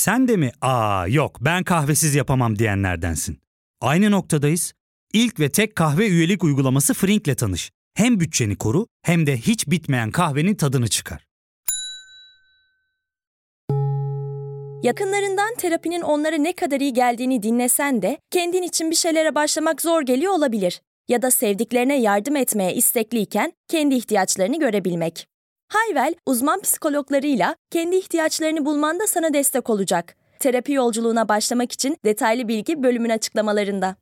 Sen de mi yok ben kahvesiz yapamam diyenlerdensin? Aynı noktadayız. İlk ve tek kahve üyelik uygulaması Frink'le tanış. Hem bütçeni koru hem de hiç bitmeyen kahvenin tadını çıkar. Yakınlarından terapinin onlara ne kadar iyi geldiğini dinlesen de kendin için bir şeylere başlamak zor geliyor olabilir. Ya da sevdiklerine yardım etmeye istekliyken kendi ihtiyaçlarını görebilmek. Hayvel, uzman psikologlarıyla kendi ihtiyaçlarını bulmanda sana destek olacak. Terapi yolculuğuna başlamak için detaylı bilgi bölümün açıklamalarında.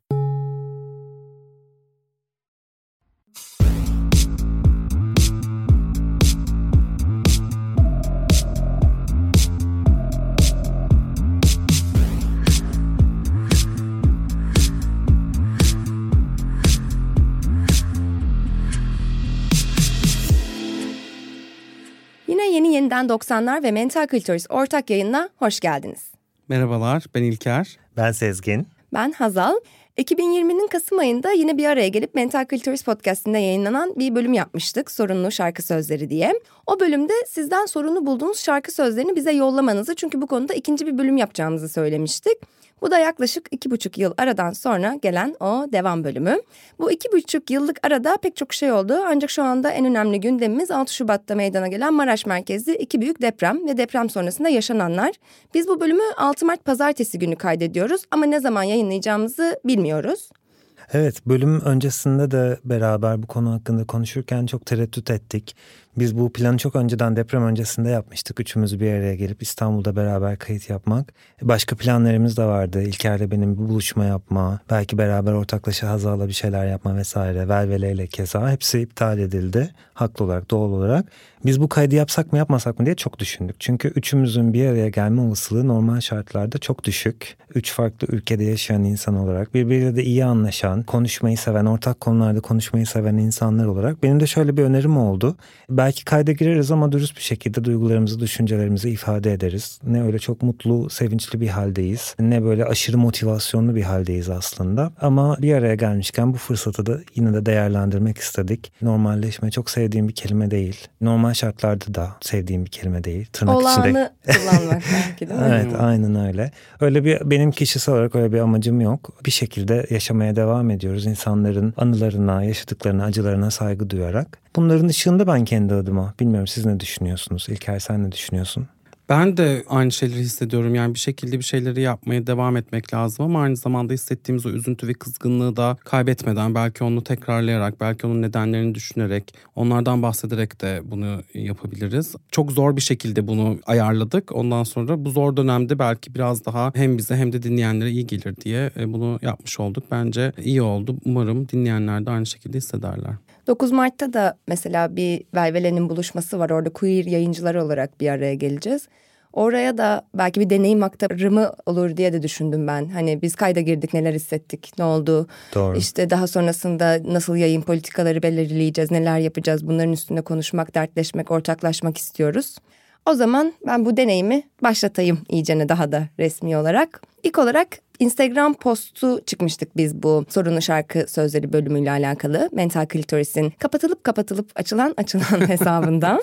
Yine Yeniden 90'lar ve Mental Cultures ortak yayınına hoş geldiniz. Merhabalar, ben İlker. Ben Sezgin. Ben Hazal. 2020'nin Kasım ayında yine bir araya gelip Mental Cultures Podcast'inde yayınlanan bir bölüm yapmıştık. Sorunlu şarkı sözleri diye. O bölümde sizden sorunlu bulduğunuz şarkı sözlerini bize yollamanızı, çünkü bu konuda ikinci bir bölüm yapacağımızı söylemiştik. Bu da yaklaşık 2,5 yıl aradan sonra gelen o devam bölümü. Bu 2,5 yıllık arada pek çok şey oldu. Ancak şu anda en önemli gündemimiz 6 Şubat'ta meydana gelen Maraş merkezli 2 büyük deprem ve deprem sonrasında yaşananlar. Biz bu bölümü 6 Mart Pazartesi günü kaydediyoruz ama ne zaman yayınlayacağımızı bilmiyoruz. Evet, bölüm öncesinde de beraber bu konu hakkında konuşurken çok tereddüt ettik. Biz bu planı çok önceden, deprem öncesinde yapmıştık. Üçümüz bir araya gelip İstanbul'da beraber kayıt yapmak. Başka planlarımız da vardı. İlker'le benim bir buluşma yapma, belki beraber ortaklaşa Hazal'la bir şeyler yapma vesaire. Velvele'yle keza hepsi iptal edildi. Haklı olarak, doğal olarak. Biz bu kaydı yapsak mı yapmasak mı diye çok düşündük. Çünkü üçümüzün bir araya gelme olasılığı normal şartlarda çok düşük. 3 farklı ülkede yaşayan insan olarak, birbiriyle de iyi anlaşan, konuşmayı seven, ortak konularda konuşmayı seven insanlar olarak benim de şöyle bir önerim oldu. Belki kayda gireriz ama dürüst bir şekilde duygularımızı, düşüncelerimizi ifade ederiz. Ne öyle çok mutlu, sevinçli bir haldeyiz, ne böyle aşırı motivasyonlu bir haldeyiz aslında. Ama bir araya gelmişken bu fırsatı da yine de değerlendirmek istedik. Normalleşme çok sevdiğim bir kelime değil. Normal şartlarda da sevdiğim bir kelime değil. Tırnak Olağanı içinde kullanmak belki, değil mi? Evet, aynen öyle. Öyle bir, benim kişisel olarak öyle bir amacım yok. Bir şekilde yaşamaya devam ediyoruz. İnsanların anılarına, yaşadıklarına, acılarına saygı duyarak. Bunların ışığında ben kendi adıma, bilmiyorum siz ne düşünüyorsunuz? İlker, sen ne düşünüyorsun? Ben de aynı şeyleri hissediyorum. Yani bir şekilde bir şeyleri yapmaya devam etmek lazım ama aynı zamanda hissettiğimiz o üzüntü ve kızgınlığı da kaybetmeden, belki onu tekrarlayarak, belki onun nedenlerini düşünerek, onlardan bahsederek de bunu yapabiliriz. Çok zor bir şekilde bunu ayarladık. Ondan sonra bu zor dönemde belki biraz daha hem bize hem de dinleyenlere iyi gelir diye bunu yapmış olduk. Bence iyi oldu. Umarım dinleyenler de aynı şekilde hissederler. 9 Mart'ta da mesela bir Velvele'nin buluşması var. Orada queer yayıncılar olarak bir araya geleceğiz. Oraya da belki bir deneyim aktarımı olur diye de düşündüm ben. Hani biz kayda girdik, neler hissettik, ne oldu? Doğru. İşte daha sonrasında nasıl yayın politikaları belirleyeceğiz, neler yapacağız? Bunların üstünde konuşmak, dertleşmek, ortaklaşmak istiyoruz. O zaman ben bu deneyimi başlatayım iyicene, daha da resmi olarak. İlk olarak Instagram postu çıkmıştık biz bu sorunlu şarkı sözleri bölümüyle alakalı. Mental Cultures'in kapatılıp açılan hesabından.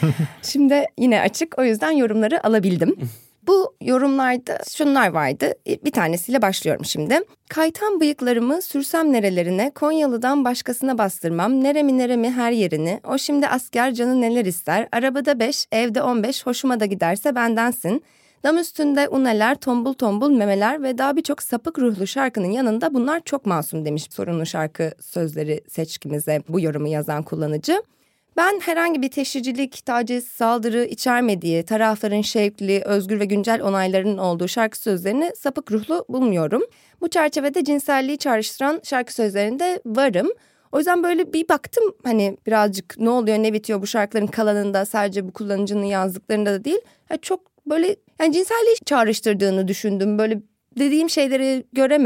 Şimdi yine açık, o yüzden yorumları alabildim. Bu yorumlarda şunlar vardı. Bir tanesiyle başlıyorum şimdi. Kaytan bıyıklarımı sürsem nerelerine, Konyalı'dan başkasına bastırmam. Neremi her yerini, o şimdi asker canı neler ister. Arabada 5, evde 15, hoşuma da giderse bendensin. Dam üstünde uneler, tombul tombul memeler ve daha birçok sapık ruhlu şarkının yanında bunlar çok masum demiş sorunlu şarkı sözleri seçkimize bu yorumu yazan kullanıcı. Ben herhangi bir teşhircilik, taciz, saldırı içermediği, tarafların şevkli, özgür ve güncel onaylarının olduğu şarkı sözlerini sapık ruhlu bulmuyorum. Bu çerçevede cinselliği çağrıştıran şarkı sözlerinde varım. O yüzden böyle bir baktım, hani birazcık ne oluyor ne bitiyor bu şarkıların kalanında, sadece bu kullanıcının yazdıklarında da değil. Çok böyle yani cinselliği çağrıştırdığını düşündüm. Böyle dediğim şeyleri göremedim.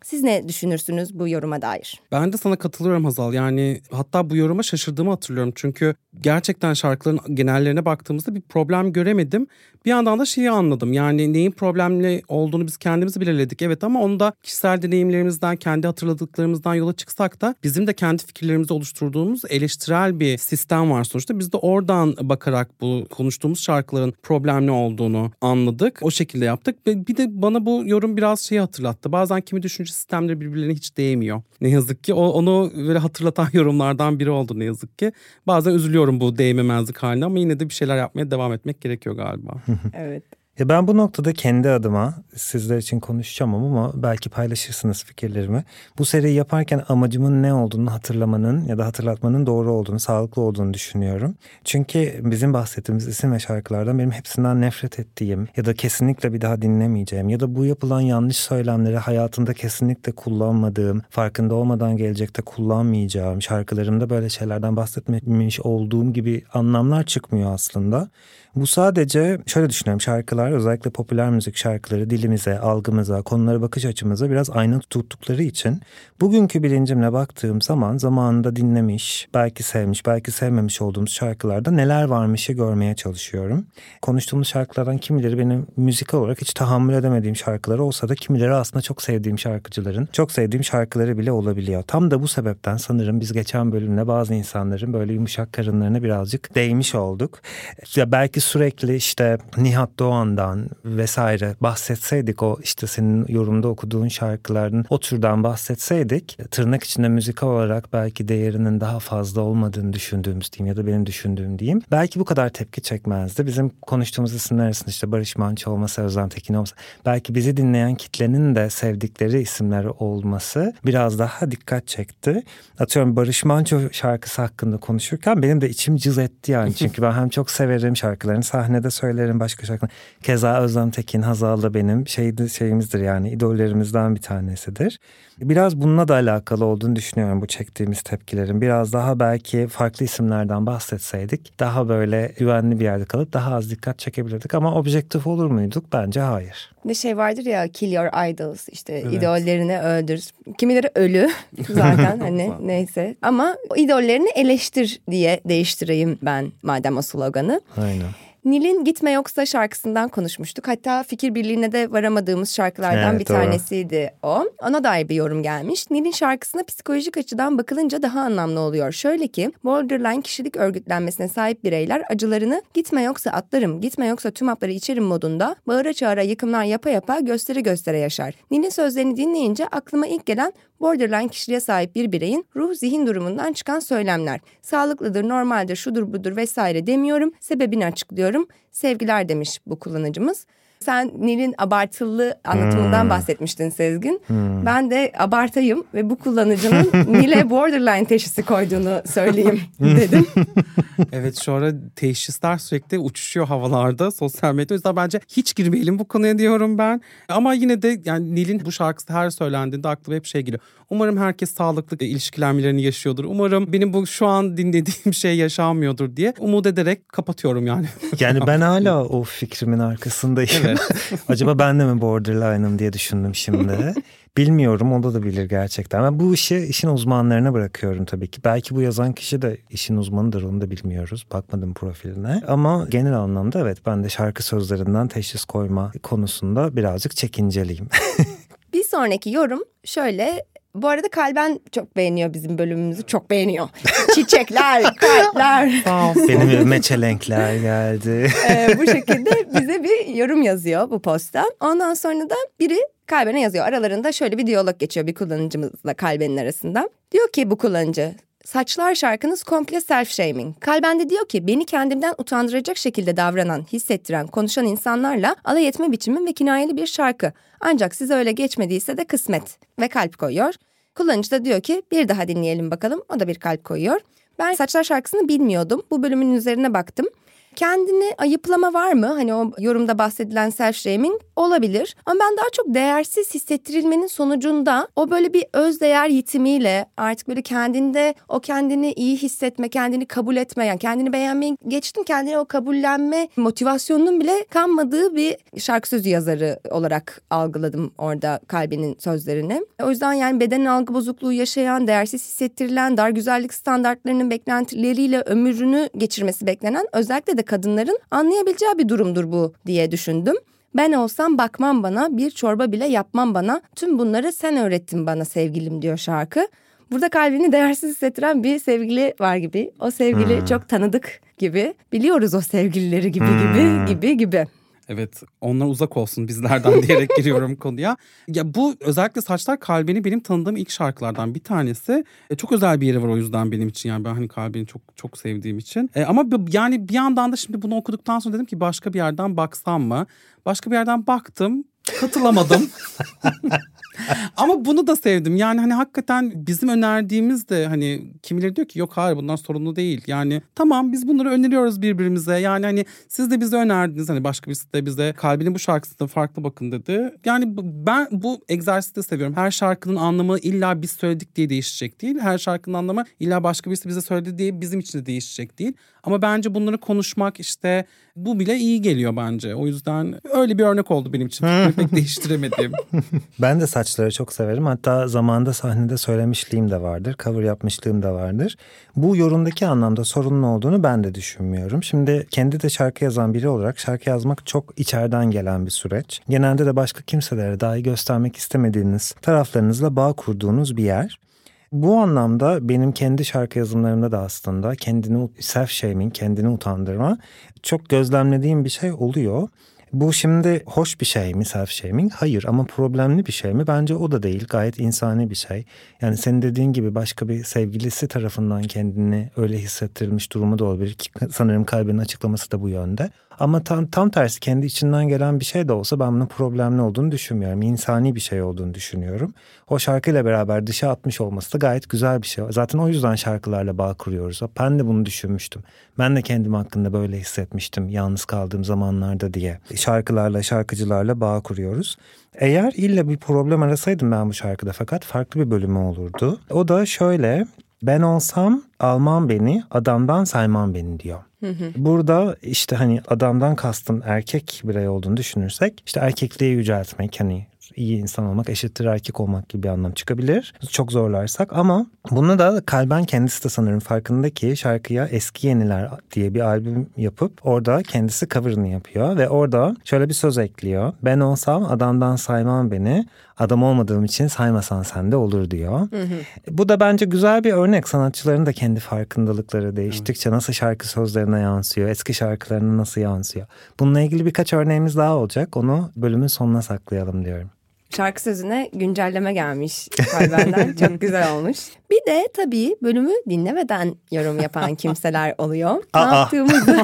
Siz ne düşünürsünüz bu yoruma dair? Ben de sana katılıyorum Hazal. Yani hatta bu yoruma şaşırdığımı hatırlıyorum. Çünkü gerçekten şarkıların genellerine baktığımızda bir problem göremedim. Bir yandan da şeyi anladım. Yani neyin problemli olduğunu biz kendimiz belirledik. Evet, ama onu da kişisel deneyimlerimizden, kendi hatırladıklarımızdan yola çıksak da bizim de kendi fikirlerimizi oluşturduğumuz eleştirel bir sistem var sonuçta. Biz de oradan bakarak bu konuştuğumuz şarkıların problemli olduğunu anladık. O şekilde yaptık. Bir de bana bu yorum biraz şeyi hatırlattı. Bazen kimi düşünce sistemleri birbirlerine hiç değmiyor. Ne yazık ki onu böyle hatırlatan yorumlardan biri oldu ne yazık ki. Bazen üzülüyorum bu değmemezlik haline ama yine de bir şeyler yapmaya devam etmek gerekiyor galiba. Evet. Ya ben bu noktada kendi adıma sizler için konuşacağım ama belki paylaşırsınız fikirlerimi. Bu seriyi yaparken amacımın ne olduğunu hatırlamanın ya da hatırlatmanın doğru olduğunu, sağlıklı olduğunu düşünüyorum. Çünkü bizim bahsettiğimiz isim ve şarkılardan benim hepsinden nefret ettiğim ya da kesinlikle bir daha dinlemeyeceğim ya da bu yapılan yanlış söylemleri hayatımda kesinlikle kullanmadığım, farkında olmadan gelecekte kullanmayacağım, şarkılarımda böyle şeylerden bahsetmemiş olduğum gibi anlamlar çıkmıyor aslında. Bu sadece şöyle düşünüyorum, şarkılar özellikle popüler müzik şarkıları dilimize, algımıza, konulara bakış açımıza biraz ayna tuttukları için bugünkü bilincimle baktığım zaman zamanında dinlemiş, belki sevmiş, belki sevmemiş olduğumuz şarkılarda neler varmışı görmeye çalışıyorum. Konuştuğumuz şarkılardan kimileri benim müzikal olarak hiç tahammül edemediğim şarkıları olsa da kimileri aslında çok sevdiğim şarkıcıların, çok sevdiğim şarkıları bile olabiliyor. Tam da bu sebepten sanırım biz geçen bölümde bazı insanların böyle yumuşak karınlarına birazcık değmiş olduk. Ya belki sürekli işte Nihat Doğan'dan vesaire bahsetseydik, o işte senin yorumda okuduğun şarkıların o türden bahsetseydik, tırnak içinde müzikal olarak belki değerinin daha fazla olmadığını düşündüğümüz diyeyim ya da benim düşündüğüm diyeyim, belki bu kadar tepki çekmezdi. Bizim konuştuğumuz isimler arasında işte Barış Manço olması, Özlem Tekin olması, belki bizi dinleyen kitlenin de sevdikleri isimler olması biraz daha dikkat çekti. Atıyorum Barış Manço şarkısı hakkında konuşurken benim de içim cız etti yani. Çünkü ben hem çok severim şarkılarını, sahnede söylerim başka şarkılar. Keza Özlem Tekin, Hazal da benim şeyimizdir yani, idollerimizden bir tanesidir. Biraz bununla da alakalı olduğunu düşünüyorum bu çektiğimiz tepkilerin. Biraz daha belki farklı isimlerden bahsetseydik daha böyle güvenli bir yerde kalıp daha az dikkat çekebilirdik ama objektif olur muyduk? Bence hayır. Bir şey vardır ya, kill your idols, işte Evet. idollerini öldür. Kimileri ölü zaten hani neyse, ama o idollerini eleştir diye değiştireyim ben madem o sloganı. Aynen. Nil'in Gitme Yoksa şarkısından konuşmuştuk. Hatta fikir birliğine de varamadığımız şarkılardan Evet, bir doğru. tanesiydi o. Ona dair bir yorum gelmiş. Nil'in şarkısına psikolojik açıdan bakılınca daha anlamlı oluyor. Şöyle ki, borderline kişilik örgütlenmesine sahip bireyler acılarını gitme yoksa atlarım, gitme yoksa tüm hapları içerim modunda bağıra çağıra yıkımlar yapa yapa göstere göstere yaşar. Nil'in sözlerini dinleyince aklıma ilk gelen borderline kişiliğe sahip bir bireyin ruh zihin durumundan çıkan söylemler. Sağlıklıdır, normaldir, şudur budur vesaire demiyorum. Sebebini açıklıyorum. Sevgiler demiş bu kullanıcımız. Sen Nil'in abartılı anlatımından bahsetmiştin Sezgin. Ben de abartayım ve bu kullanıcının Nil'e borderline teşhisi koyduğunu söyleyeyim dedim. Evet, şu ara teşhisler sürekli uçuşuyor havalarda sosyal medyada. O yüzden bence hiç girmeyelim bu konuya diyorum ben. Ama yine de yani Nil'in bu şarkısı her söylendiğinde aklıma hep şey geliyor. Umarım herkes sağlıklı ilişkilenmelerini yaşıyordur. Umarım benim bu şu an dinlediğim şey yaşanmıyordur diye umut ederek kapatıyorum yani. Yani ben hala o fikrimin arkasındayım. Evet. Acaba ben de mi borderline'ım diye düşündüm şimdi. Bilmiyorum, o da bilir gerçekten. Ben bu işin uzmanlarına bırakıyorum tabii ki. Belki bu yazan kişi de işin uzmanıdır, onu da bilmiyoruz. Bakmadım profiline. Ama genel anlamda evet, ben de şarkı sözlerinden teşhis koyma konusunda birazcık çekinceliyim. Bir sonraki yorum şöyle. Bu arada Kalben çok beğeniyor bizim bölümümüzü. Çok beğeniyor. Çiçekler, kalpler. Benim evime çelenkler geldi. Bu şekilde bize bir yorum yazıyor bu posta. Ondan sonra da biri Kalben'e yazıyor. Aralarında şöyle bir diyalog geçiyor bir kullanıcımızla Kalben'in arasında. Diyor ki bu kullanıcı, saçlar şarkınız komple self-shaming. Kalben de diyor ki, beni kendimden utandıracak şekilde davranan, hissettiren, konuşan insanlarla alay etme biçimim ve kinayeli bir şarkı. Ancak size öyle geçmediyse de kısmet. Ve kalp koyuyor. Kullanıcı da diyor ki bir daha dinleyelim bakalım. O da bir kalp koyuyor. Ben Saçlar şarkısını bilmiyordum. Bu bölümün üzerine baktım. kendini ayıplama var mı? Hani o yorumda bahsedilen self-shaming olabilir. Ama ben daha çok değersiz hissettirilmenin sonucunda o böyle bir özdeğer yitimiyle artık böyle kendini iyi hissetme, kendini kabul etme, yani kendini beğenmeyi geçtim, kendini o kabullenme motivasyonunun bile kalmadığı bir şarkı sözü yazarı olarak algıladım orada Kalbi'nin sözlerini. O yüzden yani beden algı bozukluğu yaşayan, değersiz hissettirilen, dar güzellik standartlarının beklentileriyle ömrünü geçirmesi beklenen, özellikle de kadınların anlayabileceği bir durumdur bu diye düşündüm. Ben olsam bakmam bana, bir çorba bile yapmam bana, tüm bunları sen öğrettin bana sevgilim diyor şarkı. Burada Kalbini değersiz hissettiren bir sevgili var gibi. O sevgili çok tanıdık gibi. Biliyoruz o sevgilileri gibi. Evet, onlar uzak olsun bizlerden diyerek giriyorum konuya. Ya bu özellikle Saçlar Kalbini benim tanıdığım ilk şarkılardan bir tanesi. Çok özel bir yeri var o yüzden benim için. Yani ben hani Kalbini çok çok sevdiğim için. Ama yani bir yandan da şimdi bunu okuduktan sonra dedim ki başka bir yerden baksam mı? Başka bir yerden baktım, katılamadım. Ama bunu da sevdim. Yani hani hakikaten bizim önerdiğimiz de hani kimileri diyor ki yok hayır bunlar sorunlu değil. Yani tamam biz bunları öneriyoruz birbirimize. Yani hani siz de bize önerdiniz. Hani başka birisi de bize Kalbinin bu şarkısına farklı bakın dedi. Yani ben bu egzersizi de seviyorum. Her şarkının anlamı illa biz söyledik diye değişecek değil. Her şarkının anlamı illa başka birisi bize söyledi diye bizim için de değişecek değil. Ama bence bunları konuşmak işte bu bile iyi geliyor bence. O yüzden öyle bir örnek oldu benim için. Pek değiştiremedim. Ben de Saçları çok severim. Hatta zamanında sahnede söylemişliğim de vardır. Cover yapmışlığım da vardır. Bu yorumdaki anlamda sorunun olduğunu ben de düşünmüyorum. Şimdi kendi de şarkı yazan biri olarak şarkı yazmak çok içeriden gelen bir süreç. Genelde de başka kimselere dahi göstermek istemediğiniz taraflarınızla bağ kurduğunuz bir yer. Bu anlamda benim kendi şarkı yazımlarımda da aslında kendini self-shaming, kendini utandırma çok gözlemlediğim bir şey oluyor. Bu şimdi hoş bir şey mi self-shaming? Hayır, ama problemli bir şey mi? Bence o da değil. Gayet insani bir şey. Yani senin dediğin gibi başka bir sevgilisi tarafından kendini öyle hissettirilmiş durumu da olabilir ki sanırım Kalbinin açıklaması da bu yönde. Ama tam tersi kendi içinden gelen bir şey de olsa ben bunun problemli olduğunu düşünmüyorum. İnsani bir şey olduğunu düşünüyorum. O şarkıyla beraber dışa atmış olması da gayet güzel bir şey. Zaten o yüzden şarkılarla bağ kuruyoruz. Ben de bunu düşünmüştüm. Ben de kendim hakkında böyle hissetmiştim yalnız kaldığım zamanlarda diye. Şarkılarla, şarkıcılarla bağ kuruyoruz. Eğer illa bir problem arasaydım ben bu şarkıda fakat farklı bir bölümü olurdu. O da şöyle: ben olsam almam beni, adamdan saymam beni diyor. Burada işte hani adamdan kastım erkek birey olduğunu düşünürsek işte erkekliği yüceltmek, hani iyi insan olmak eşittir erkek olmak gibi bir anlam çıkabilir. Çok zorlarsak, ama bunu da Kalben kendisi de sanırım farkında ki şarkıya Eski Yeniler diye bir albüm yapıp orada kendisi cover'ını yapıyor ve orada şöyle bir söz ekliyor: ben olsam adamdan saymam beni, adam olmadığım için saymasan sen de olur diyor. Bu da bence güzel bir örnek. Sanatçıların da kendi farkındalıkları değiştikçe nasıl şarkı sözlerine yansıyor, eski şarkılarına nasıl yansıyor. Bununla ilgili birkaç örneğimiz daha olacak. Onu bölümün sonuna saklayalım diyorum. Şarkı sözüne güncelleme gelmiş Kalben'den. Çok güzel olmuş. Bir de tabii bölümü dinlemeden yorum yapan kimseler oluyor. Ne yaptığımızı...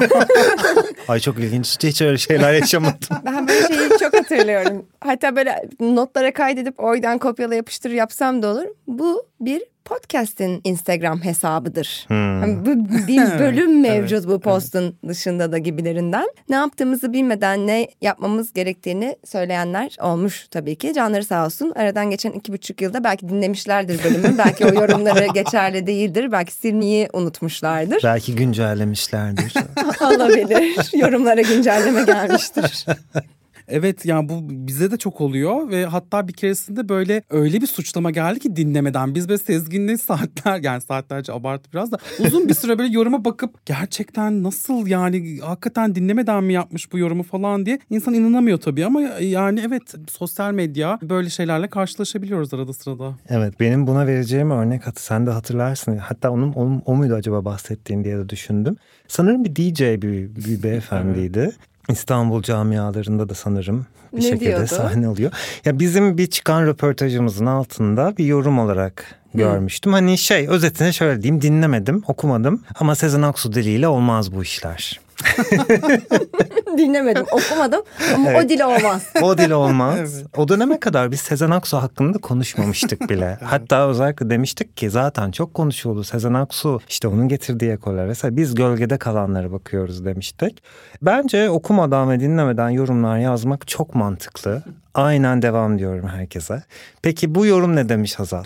Ay çok ilginç. Hiç öyle şeyler yaşamadım. Ben böyle şeyi çok hatırlıyorum. Hatta böyle notlara kaydedip oradan kopyala yapıştır yapsam da olur. Bu bir podcast'in Instagram hesabıdır. Yani bu bir bölüm mevcut bu postun dışında da gibilerinden. Ne yaptığımızı bilmeden ne yapmamız gerektiğini söyleyenler olmuş tabii ki. Canları sağ olsun. Aradan geçen 2,5 yılda belki dinlemişlerdir bölümü. Belki o yorumları geçerli değildir. Belki silmeyi unutmuşlardır. Belki güncellemişlerdir. Olabilir. Yorumlara güncelleme gelmiştir. Evet, yani bu bize de çok oluyor ve hatta bir keresinde böyle öyle bir suçlama geldi ki dinlemeden biz böyle Sezgin'le saatlerce abartı biraz da uzun bir süre böyle yoruma bakıp gerçekten nasıl, yani hakikaten dinlemeden mi yapmış bu yorumu falan diye insan inanamıyor tabii, ama yani evet, sosyal medya böyle şeylerle karşılaşabiliyoruz arada sırada. Evet, benim buna vereceğim örnek sen de hatırlarsın. Hatta o muydu acaba bahsettiğin diye de düşündüm. Sanırım bir DJ bir beyefendiydi. Evet. İstanbul camialarında da sanırım bir şekilde sahne alıyor. Ya bizim bir çıkan röportajımızın altında bir yorum olarak görmüştüm. Hani özetine şöyle diyeyim: dinlemedim, okumadım ama Sezen Aksu diliyle olmaz bu işler. Dinlemedim, okumadım ama Evet. o dil olmaz. O dil olmaz. Evet. O döneme kadar biz Sezen Aksu hakkında konuşmamıştık bile. Hatta özellikle demiştik ki zaten çok konuşuldu Sezen Aksu, işte onun getirdiği ekoller vesaire. Biz gölgede kalanlara bakıyoruz demiştik. Bence okumadan ve dinlemeden yorumlar yazmak çok mantıklı. Aynen devam diyorum herkese. Peki bu yorum ne demiş Hazal?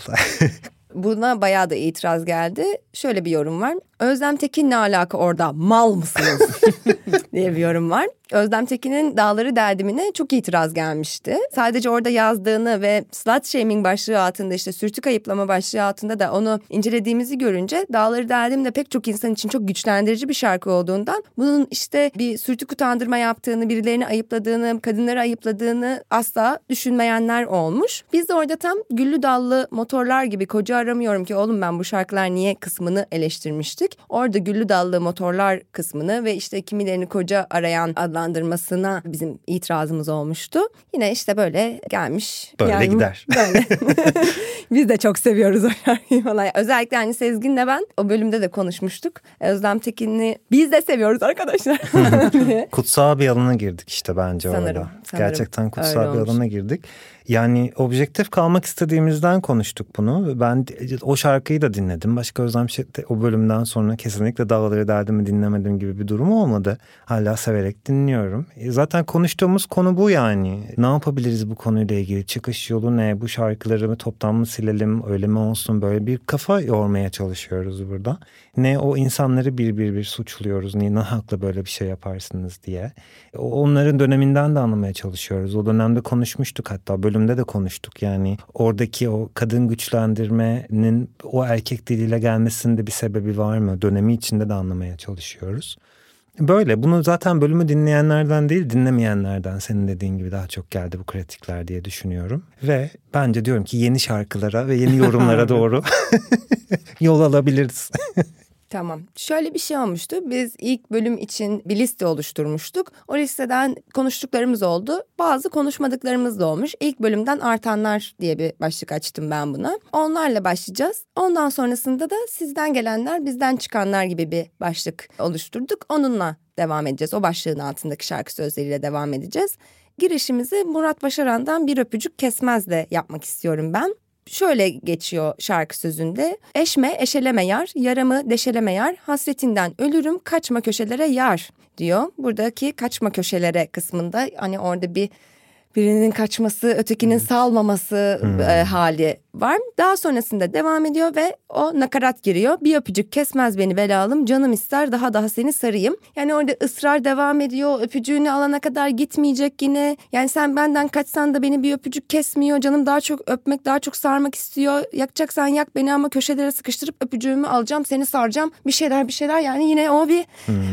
Buna bayağı da itiraz geldi. Şöyle bir yorum var. Özlem Tekin ne alaka orada? Mal mısınız? diye bir yorum var. Özlem Tekin'in Dağları Derdim'ine çok itiraz gelmişti. Sadece orada yazdığını ve slut shaming başlığı altında, işte sürtük ayıplama başlığı altında da onu incelediğimizi görünce Dağları Derdim de pek çok insan için çok güçlendirici bir şarkı olduğundan bunun işte bir sürtük utandırma yaptığını, birilerini ayıpladığını, kadınları ayıpladığını asla düşünmeyenler olmuş. Biz de orada tam güllü dallı motorlar gibi koca aramıyorum ki oğlum ben bu şarkılar niye kısmını eleştirmiştik. Orada güllü dallı motorlar kısmını ve işte kimilerini koca arayan adlandırmasına bizim itirazımız olmuştu. Yine işte böyle gelmiş. Böyle yani, gider. Böyle. Biz de çok seviyoruz o şarkıyı falan. Özellikle hani Sezgin'le ben o bölümde de konuşmuştuk. Özlem Tekin'i biz de seviyoruz arkadaşlar. Kutsal bir alana girdik işte bence Sanırım. orada. Gerçekten kutsal Öyle bir olmuş. alana girdik. Yani objektif kalmak istediğimizden konuştuk bunu. Ben o şarkıyı da dinledim. Başka o bölümden sonra kesinlikle Dağları Derdim'i dinlemedim gibi bir durum olmadı. Hala severek dinliyorum. Zaten konuştuğumuz konu bu yani. Ne yapabiliriz bu konuyla ilgili? Çıkış yolu ne? Bu şarkıları mı toptan mı silelim? Öyle mi olsun? Böyle bir kafa yormaya çalışıyoruz burada. Ne o insanları bir suçluyoruz. Niye ne hakla böyle bir şey yaparsınız diye. Onların döneminden de anlamaya çalışıyoruz. O dönemde konuşmuştuk, hatta bölümde de konuştuk. Yani oradaki o kadın güçlendirmenin o erkek diliyle gelmesinde bir sebebi var mı? Dönemi içinde de anlamaya çalışıyoruz. Böyle bunu zaten bölümü dinleyenlerden değil dinlemeyenlerden, senin dediğin gibi daha çok geldi bu kritikler diye düşünüyorum. Ve bence diyorum ki yeni şarkılara ve yeni yorumlara doğru yol alabiliriz. Tamam. Şöyle bir şey olmuştu. Biz ilk bölüm için bir liste oluşturmuştuk. O listeden konuştuklarımız oldu. Bazı konuşmadıklarımız da olmuş. İlk bölümden artanlar diye bir başlık açtım ben buna. Onlarla başlayacağız. Ondan sonrasında da sizden gelenler, bizden çıkanlar gibi bir başlık oluşturduk. Onunla devam edeceğiz. O başlığın altındaki şarkı sözleriyle devam edeceğiz. Girişimizi Murat Başaran'dan Bir Öpücük Kesmez'le yapmak istiyorum ben. Şöyle geçiyor şarkı sözünde. Eşme eşeleme yar, yaramı deşeleme yar, hasretinden ölürüm kaçma köşelere yar diyor. Buradaki kaçma köşelere kısmında hani orada birinin kaçması, ötekinin salmaması hali var. Daha sonrasında devam ediyor ve o nakarat giriyor. Bir öpücük kesmez beni belalım, canım ister daha seni sarayım. Yani orada ısrar devam ediyor. Öpücüğünü alana kadar gitmeyecek yine. Yani sen benden kaçsan da beni bir öpücük kesmiyor. Canım daha çok öpmek, daha çok sarmak istiyor. Yakacaksan yak beni ama köşelere sıkıştırıp öpücüğümü alacağım, seni saracağım. Bir şeyler yani yine o bir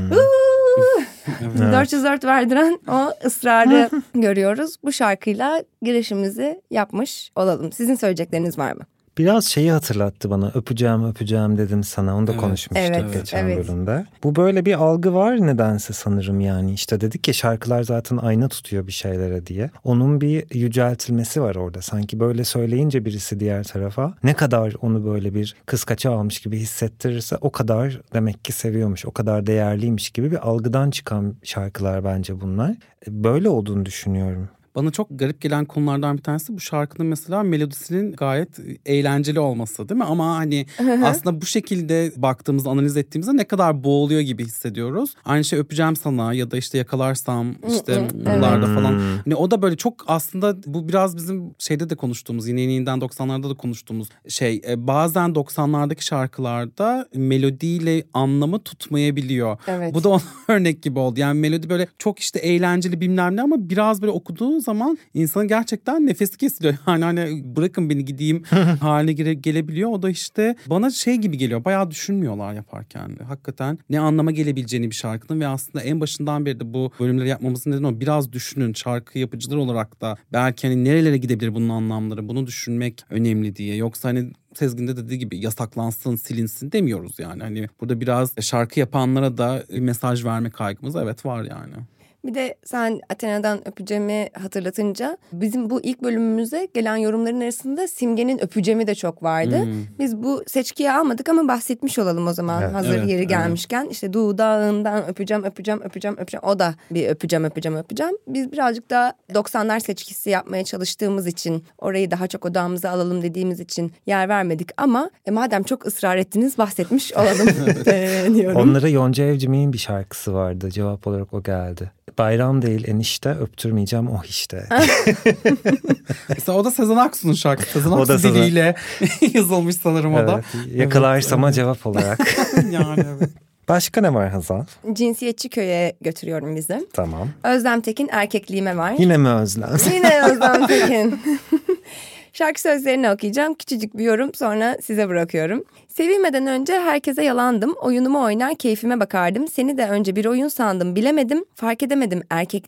404 verdiren o ısrarı görüyoruz. Bu şarkıyla girişimizi yapmış olalım. Sizin söyleyecekleriniz var mı? Biraz şeyi hatırlattı bana. Öpeceğim dedim sana. Onu da konuşmuştuk geçen bölümde. Bu böyle bir algı var nedense sanırım yani. İşte dedik ya şarkılar zaten ayna tutuyor bir şeylere diye. Onun bir yüceltilmesi var orada. Sanki böyle söyleyince birisi diğer tarafa ne kadar onu böyle bir kıskaça almış gibi hissettirirse o kadar demek ki seviyormuş. O kadar değerliymiş gibi bir algıdan çıkan şarkılar bence bunlar. Böyle olduğunu düşünüyorum. Bana çok garip gelen konulardan bir tanesi bu şarkının mesela melodisinin gayet eğlenceli olması değil mi? Ama hani aslında bu şekilde baktığımızda, analiz ettiğimizde ne kadar boğuluyor gibi hissediyoruz. Aynı şey Öpeceğim Sana ya da işte Yakalarsam işte bunlarda falan. Hani o da böyle çok aslında bu biraz bizim şeyde de konuştuğumuz, yine yeniden 90'larda da konuştuğumuz şey. Bazen 90'lardaki şarkılarda melodiyle anlamı tutmayabiliyor. Evet. Bu da ona örnek gibi oldu. Yani melodi böyle çok işte eğlenceli bilmem ne ama biraz böyle okuduğu zaman insanın gerçekten nefesi kesiliyor. Yani hani bırakın beni gideyim haline gelebiliyor. O da işte bana şey gibi geliyor. Bayağı düşünmüyorlar yaparken. Hakikaten ne anlama gelebileceğini bir şarkının ve aslında en başından beri de bu bölümleri yapmamızın nedeni o. Biraz düşünün, şarkı yapıcılar olarak da belki hani nerelere gidebilir bunun anlamları, bunu düşünmek önemli diye. Yoksa hani Sezgin'de dediği gibi yasaklansın, silinsin demiyoruz yani. Hani burada biraz şarkı yapanlara da mesaj verme kaygımız evet var yani. Bir de sen Athena'dan öpeceğimi hatırlatınca bizim bu ilk bölümümüze gelen yorumların arasında Simge'nin öpeceğimi de çok vardı. Biz bu seçkiyi almadık ama bahsetmiş olalım o zaman. Evet. Hazır Evet, yeri gelmişken. İşte dudağından öpeceğim. O da bir öpeceğim. Biz birazcık daha 90'lar seçkisi yapmaya çalıştığımız için, orayı daha çok odağımıza alalım dediğimiz için yer vermedik. Ama madem çok ısrar ettiniz, bahsetmiş olalım diyorum. Onlara Yonca Evcimik'in bir şarkısı vardı. Cevap olarak o geldi. Bayram değil enişte, öptürmeyeceğim o işte. Mesela o da Sezen Aksu'nun şarkısı. Sezen O da Aksu Sezen. diliyle yazılmış sanırım o da. Evet, yakalarsama cevap olarak. Yani evet. Başka ne var Hazal? Cinsiyetçi köye götürüyorum bizi. Tamam. Özlem Tekin erkekliğime var. Yine mi Özlem? Yine Özlem Tekin. Şarkı sözlerini okuyacağım. Küçücük bir yorum, sonra size bırakıyorum. Sevilmeden önce herkese yalandım. Oyunumu oynar keyfime bakardım. Seni de önce bir oyun sandım, bilemedim. Fark edemedim,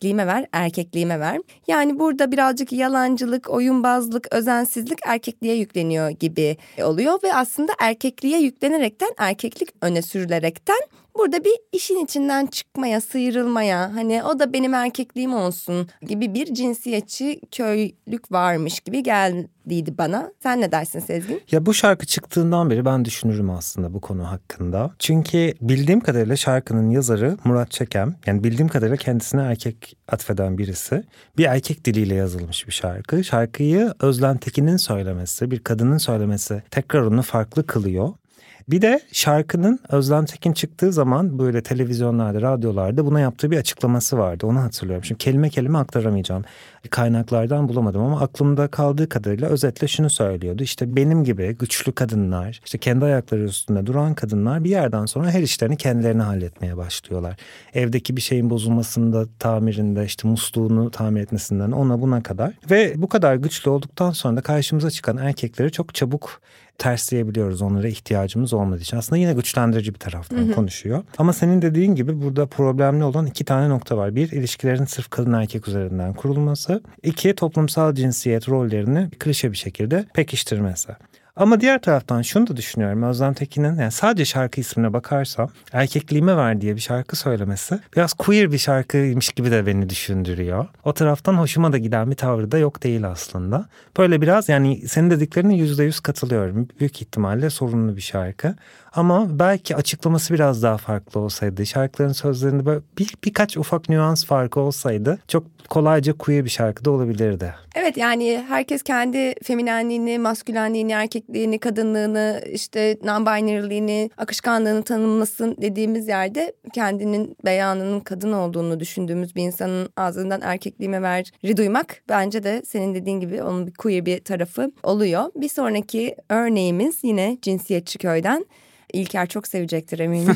erkekliğime ver. Yani burada birazcık yalancılık, oyunbazlık, özensizlik erkekliğe yükleniyor gibi oluyor. Ve aslında erkekliğe yüklenerekten, erkeklik öne sürülerekten burada bir işin içinden çıkmaya, sıyrılmaya, hani o da benim erkekliğim olsun gibi bir cinsiyetçi köylük varmış gibi geldiydi bana. Sen ne dersin Sezgin? Ya bu şarkı çıktığından beri ben düşünürüm aslında bu konu hakkında. Çünkü bildiğim kadarıyla şarkının yazarı Murat Çekem. Yani bildiğim kadarıyla kendisine erkek atfeden birisi. Bir erkek diliyle yazılmış bir şarkı. Şarkıyı Özlem Tekin'in söylemesi, bir kadının söylemesi tekrar onu farklı kılıyor. Bir de şarkının Özlem Tekin çıktığı zaman böyle televizyonlarda, radyolarda buna yaptığı bir açıklaması vardı. Onu hatırlıyorum. Şimdi kelime kelime aktaramayacağım. Kaynaklardan bulamadım ama aklımda kaldığı kadarıyla özetle şunu söylüyordu. İşte benim gibi güçlü kadınlar, işte kendi ayakları üstünde duran kadınlar bir yerden sonra her işlerini kendilerine halletmeye başlıyorlar. Evdeki bir şeyin bozulmasında, tamirinde, işte musluğunu tamir etmesinden ona buna kadar. Ve bu kadar güçlü olduktan sonra da karşımıza çıkan erkekleri çok çabuk tersleyebiliyoruz, onlara ihtiyacımız olmadığı için. Aslında yine güçlendirici bir taraftan konuşuyor. Ama senin dediğin gibi burada problemli olan 2 tane nokta var. 1, ilişkilerin sırf kadın erkek üzerinden kurulması. 2, toplumsal cinsiyet rollerini klişe bir şekilde pekiştirmesi. Ama diğer taraftan şunu da düşünüyorum. Özlem Tekin'in yani sadece şarkı ismine bakarsam erkekliğime ver diye bir şarkı söylemesi biraz queer bir şarkıymış gibi de beni düşündürüyor. O taraftan hoşuma da giden bir tavrı da yok değil aslında. Böyle biraz yani senin dediklerine %100 katılıyorum. Büyük ihtimalle sorunlu bir şarkı. Ama belki açıklaması biraz daha farklı olsaydı, şarkıların sözlerinde böyle birkaç ufak nüans farkı olsaydı çok kolayca queer bir şarkı da olabilirdi. Evet, yani herkes kendi feminenliğini, maskülenliğini, erkekliğini, kadınlığını, işte non-binary'liğini, akışkanlığını tanımlasın dediğimiz yerde kendinin beyanının kadın olduğunu düşündüğümüz bir insanın ağzından erkekliğime ver'i duymak bence de senin dediğin gibi onun bir queer bir tarafı oluyor. Bir sonraki örneğimiz yine cinsiyetçi köyden. İlker çok sevecektir eminim.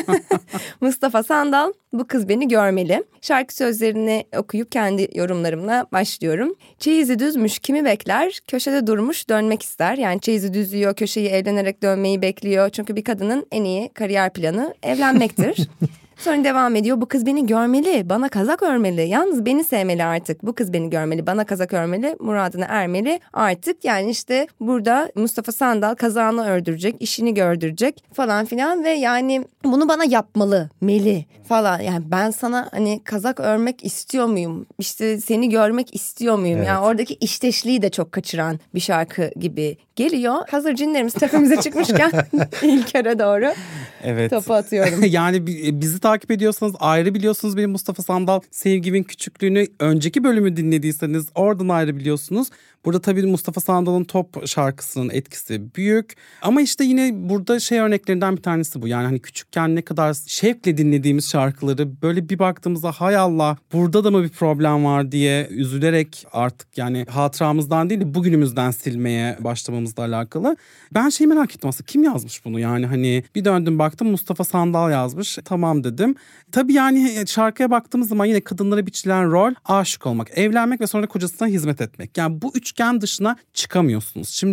Mustafa Sandal, bu kız beni görmeli. Şarkı sözlerini okuyup kendi yorumlarımla başlıyorum. Çeyizi düzmüş kimi bekler, köşede durmuş dönmek ister. Yani çeyizi düzüyor, köşeyi evlenerek dönmeyi bekliyor. Çünkü bir kadının en iyi kariyer planı evlenmektir. Sonra devam ediyor. Bu kız beni görmeli, bana kazak örmeli. Yalnız beni sevmeli artık. Bu kız beni görmeli, bana kazak örmeli, muradına ermeli artık. Yani işte burada Mustafa Sandal kazağını ördürecek, işini gördürecek falan filan ve yani bunu bana yapmalı, meli falan. Yani ben sana hani kazak örmek istiyor muyum? İşte seni görmek istiyor muyum? Evet. Yani oradaki işteşliği de çok kaçıran bir şarkı gibi geliyor. Hazır cinlerimiz tepemize çıkmışken İlker'e doğru Evet. topu atıyorum. Yani bizi takip ediyorsanız ayrı biliyorsunuz benim Mustafa Sandal Sevgimin Küçüklüğünü önceki bölümü dinlediyseniz oradan ayrı biliyorsunuz. Burada tabii Mustafa Sandal'ın Top şarkısının etkisi büyük. Ama işte yine burada örneklerinden bir tanesi bu. Yani hani küçükken ne kadar şevkle dinlediğimiz şarkıları böyle bir baktığımızda hay Allah burada da mı bir problem var diye üzülerek artık yani hatıramızdan değil de bugünümüzden silmeye başlamamızla alakalı. Ben merak ettim aslında kim yazmış bunu yani hani bir döndüm baktım Mustafa Sandal yazmış. Tamam dedim. Tabii yani şarkıya baktığımız zaman yine kadınlara biçilen rol aşık olmak, evlenmek ve sonra kocasına hizmet etmek. Yani bu üçgen dışına çıkamıyorsunuz. Şimdi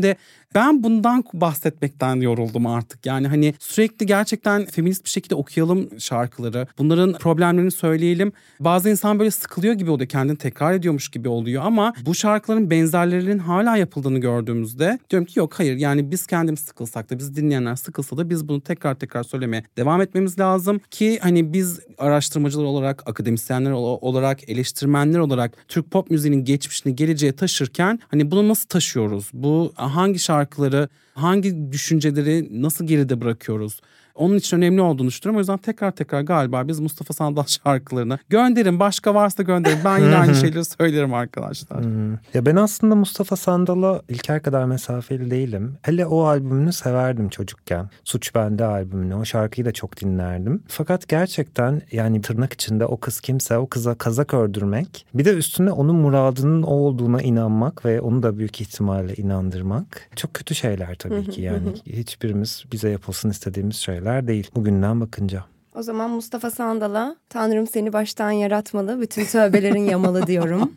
Ben bundan bahsetmekten yoruldum artık. Yani hani sürekli gerçekten feminist bir şekilde okuyalım şarkıları. Bunların problemlerini söyleyelim. Bazı insan böyle sıkılıyor gibi oluyor. Kendini tekrar ediyormuş gibi oluyor ama bu şarkıların benzerlerinin hala yapıldığını gördüğümüzde diyorum ki yok, hayır. Yani biz kendimiz sıkılsak da, biz dinleyenler sıkılsa da biz bunu tekrar söylemeye devam etmemiz lazım ki hani biz araştırmacılar olarak, akademisyenler olarak, eleştirmenler olarak Türk pop müziğinin geçmişini geleceğe taşırken hani bunu nasıl taşıyoruz? Bu hangi şarkıları, hangi düşünceleri nasıl geride bırakıyoruz? Onun için önemli olduğunu düşünüyorum. O yüzden tekrar galiba biz Mustafa Sandal şarkılarını gönderin. Başka varsa gönderin. Ben yine aynı şeyleri söylerim arkadaşlar. Ya ben aslında Mustafa Sandal'a İlker kadar mesafeli değilim. Hele o albümünü severdim çocukken. Suç Bende albümünü. O şarkıyı da çok dinlerdim. Fakat gerçekten yani tırnak içinde o kız kimse, o kıza kazak ördürmek. Bir de üstüne onun muradının o olduğuna inanmak ve onu da büyük ihtimalle inandırmak. Çok kötü şeyler tabii ki yani. Hiçbirimiz bize yapılsın istediğimiz şeyler değil bugünden bakınca. O zaman Mustafa Sandal'a Tanrım seni baştan yaratmalı, bütün tövbelerin yamalı diyorum.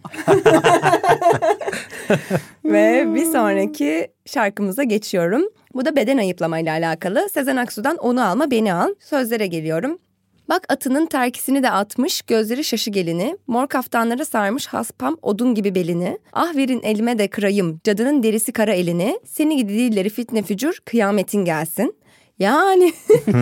Ve bir sonraki şarkımıza geçiyorum. Bu da beden ayıplamayla alakalı. Sezen Aksu'dan Onu Alma Beni Al. Sözlere geliyorum. Bak atının terkisini de atmış, gözleri şaşı gelini. Mor kaftanlara sarmış haspam odun gibi belini. Ah verin elime de kırayım, cadının derisi kara elini. Seni gidi dilleri fitne fücur, kıyametin gelsin. Yani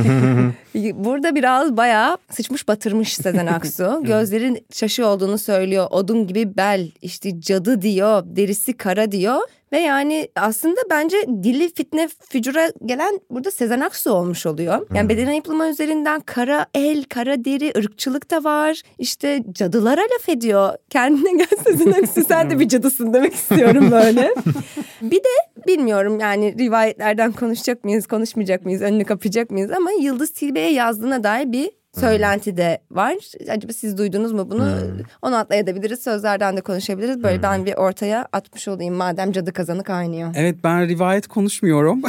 burada biraz bayağı sıçmış batırmış Sezen Aksu. Gözlerin şaşı olduğunu söylüyor. Odun gibi bel, işte cadı diyor, derisi kara diyor. Ve yani aslında bence dili fitne fücura gelen burada Sezen Aksu olmuş oluyor. Yani beden ayıplama üzerinden kara el, kara deri, ırkçılık da var. İşte cadılara laf ediyor. Kendine gel Sezen Aksu, sen de bir cadısın demek istiyorum böyle. Bir de bilmiyorum yani rivayetlerden konuşacak mıyız, konuşmayacak mıyız, önünü kapayacak mıyız ama Yıldız Tilbe'ye yazdığına dair bir söylenti de var. Acaba siz duydunuz mu bunu? Onu atlayabiliriz. Sözlerden de konuşabiliriz. Böyle ben bir ortaya atmış olayım madem cadı kazanı kaynıyor. Evet, ben rivayet konuşmuyorum.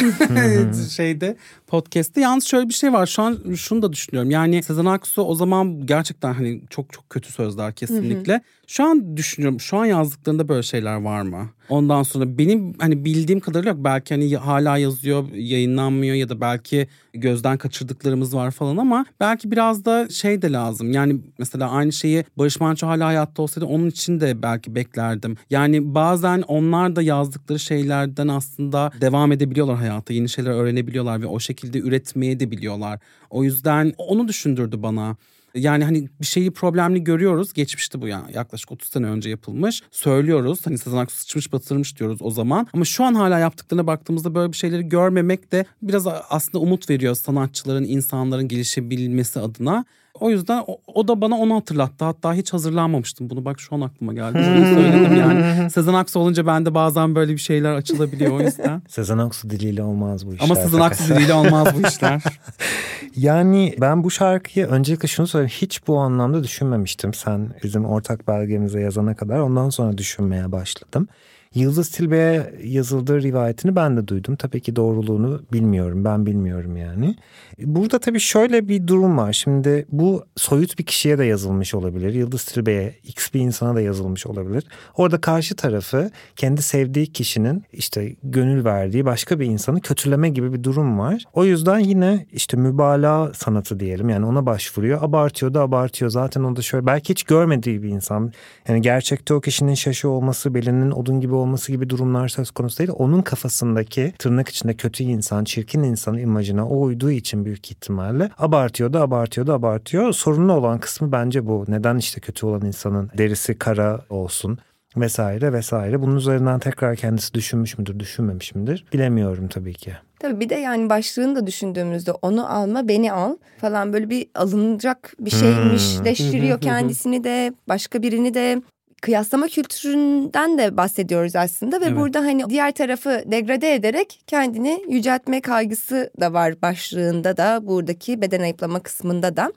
Podcast'te. Yalnız şöyle bir şey var. Şu an şunu da düşünüyorum. Yani Sezen Aksu o zaman gerçekten hani çok kötü sözler kesinlikle. Şu an düşünüyorum. Şu an yazdıklarında böyle şeyler var mı? Ondan sonra benim hani bildiğim kadarıyla yok. Belki hani hala yazıyor, yayınlanmıyor ya da belki gözden kaçırdıklarımız var falan ama belki biraz da şey de lazım. Yani mesela aynı şeyi Barış Manço hala hayatta olsaydı onun için de belki beklerdim. Yani bazen onlar da yazdıkları şeylerden aslında devam edebiliyorlar hayata. Yeni şeyler öğrenebiliyorlar ve o şekilde üretmeye de biliyorlar. O yüzden onu düşündürdü bana. Yani hani bir şeyi problemli görüyoruz. Geçmişte bu yani yaklaşık 30 sene önce yapılmış. Söylüyoruz hani Sezen Aksu sıçmış batırmış diyoruz o zaman. Ama şu an hala yaptıklarına baktığımızda böyle bir şeyleri görmemek de biraz aslında umut veriyor sanatçıların, insanların gelişebilmesi adına. O yüzden o da bana onu hatırlattı. Hatta hiç hazırlanmamıştım. Bunu bak şu an aklıma geldi. Onu söyledim yani. Sezen Aksu olunca bende bazen böyle bir şeyler açılabiliyor o yüzden. Sezen Aksu diliyle olmaz bu işler. Ama Sezen Aksu diliyle olmaz bu işler. Yani ben bu şarkıyı öncelikle şunu söyleyeyim. Hiç bu anlamda düşünmemiştim. Sen bizim ortak belgemize yazana kadar ondan sonra düşünmeye başladım. Yıldız Tilbe'ye yazıldığı rivayetini ben de duydum. Tabii ki doğruluğunu bilmiyorum. Ben bilmiyorum yani. Burada tabii şöyle bir durum var. Şimdi bu soyut bir kişiye de yazılmış olabilir. Yıldız Tilbe'ye, X bir insana da yazılmış olabilir. Orada karşı tarafı kendi sevdiği kişinin işte gönül verdiği başka bir insanı kötüleme gibi bir durum var. O yüzden yine işte mübalağa sanatı diyelim. Yani ona başvuruyor. Abartıyor da abartıyor. Zaten o da şöyle belki hiç görmediği bir insan. Yani gerçekte o kişinin şaşı olması, belinin odun gibi olması gibi durumlar söz konusu değil. Onun kafasındaki tırnak içinde kötü insan, çirkin insan imajına o uyduğu için büyük ihtimalle abartıyor. Sorunlu olan kısmı bence bu. Neden işte kötü olan insanın derisi kara olsun vesaire. Bunun üzerinden tekrar kendisi düşünmüş müdür, düşünmemiş midir bilemiyorum tabii ki. Tabii bir de yani başlığını da düşündüğümüzde onu alma beni al falan böyle bir alınacak bir şeymişleştiriyor kendisini de başka birini de. Kıyaslama kültüründen de bahsediyoruz aslında ve burada hani diğer tarafı degrade ederek kendini yüceltme kaygısı da var başlığında da buradaki beden ayıplama kısmında da.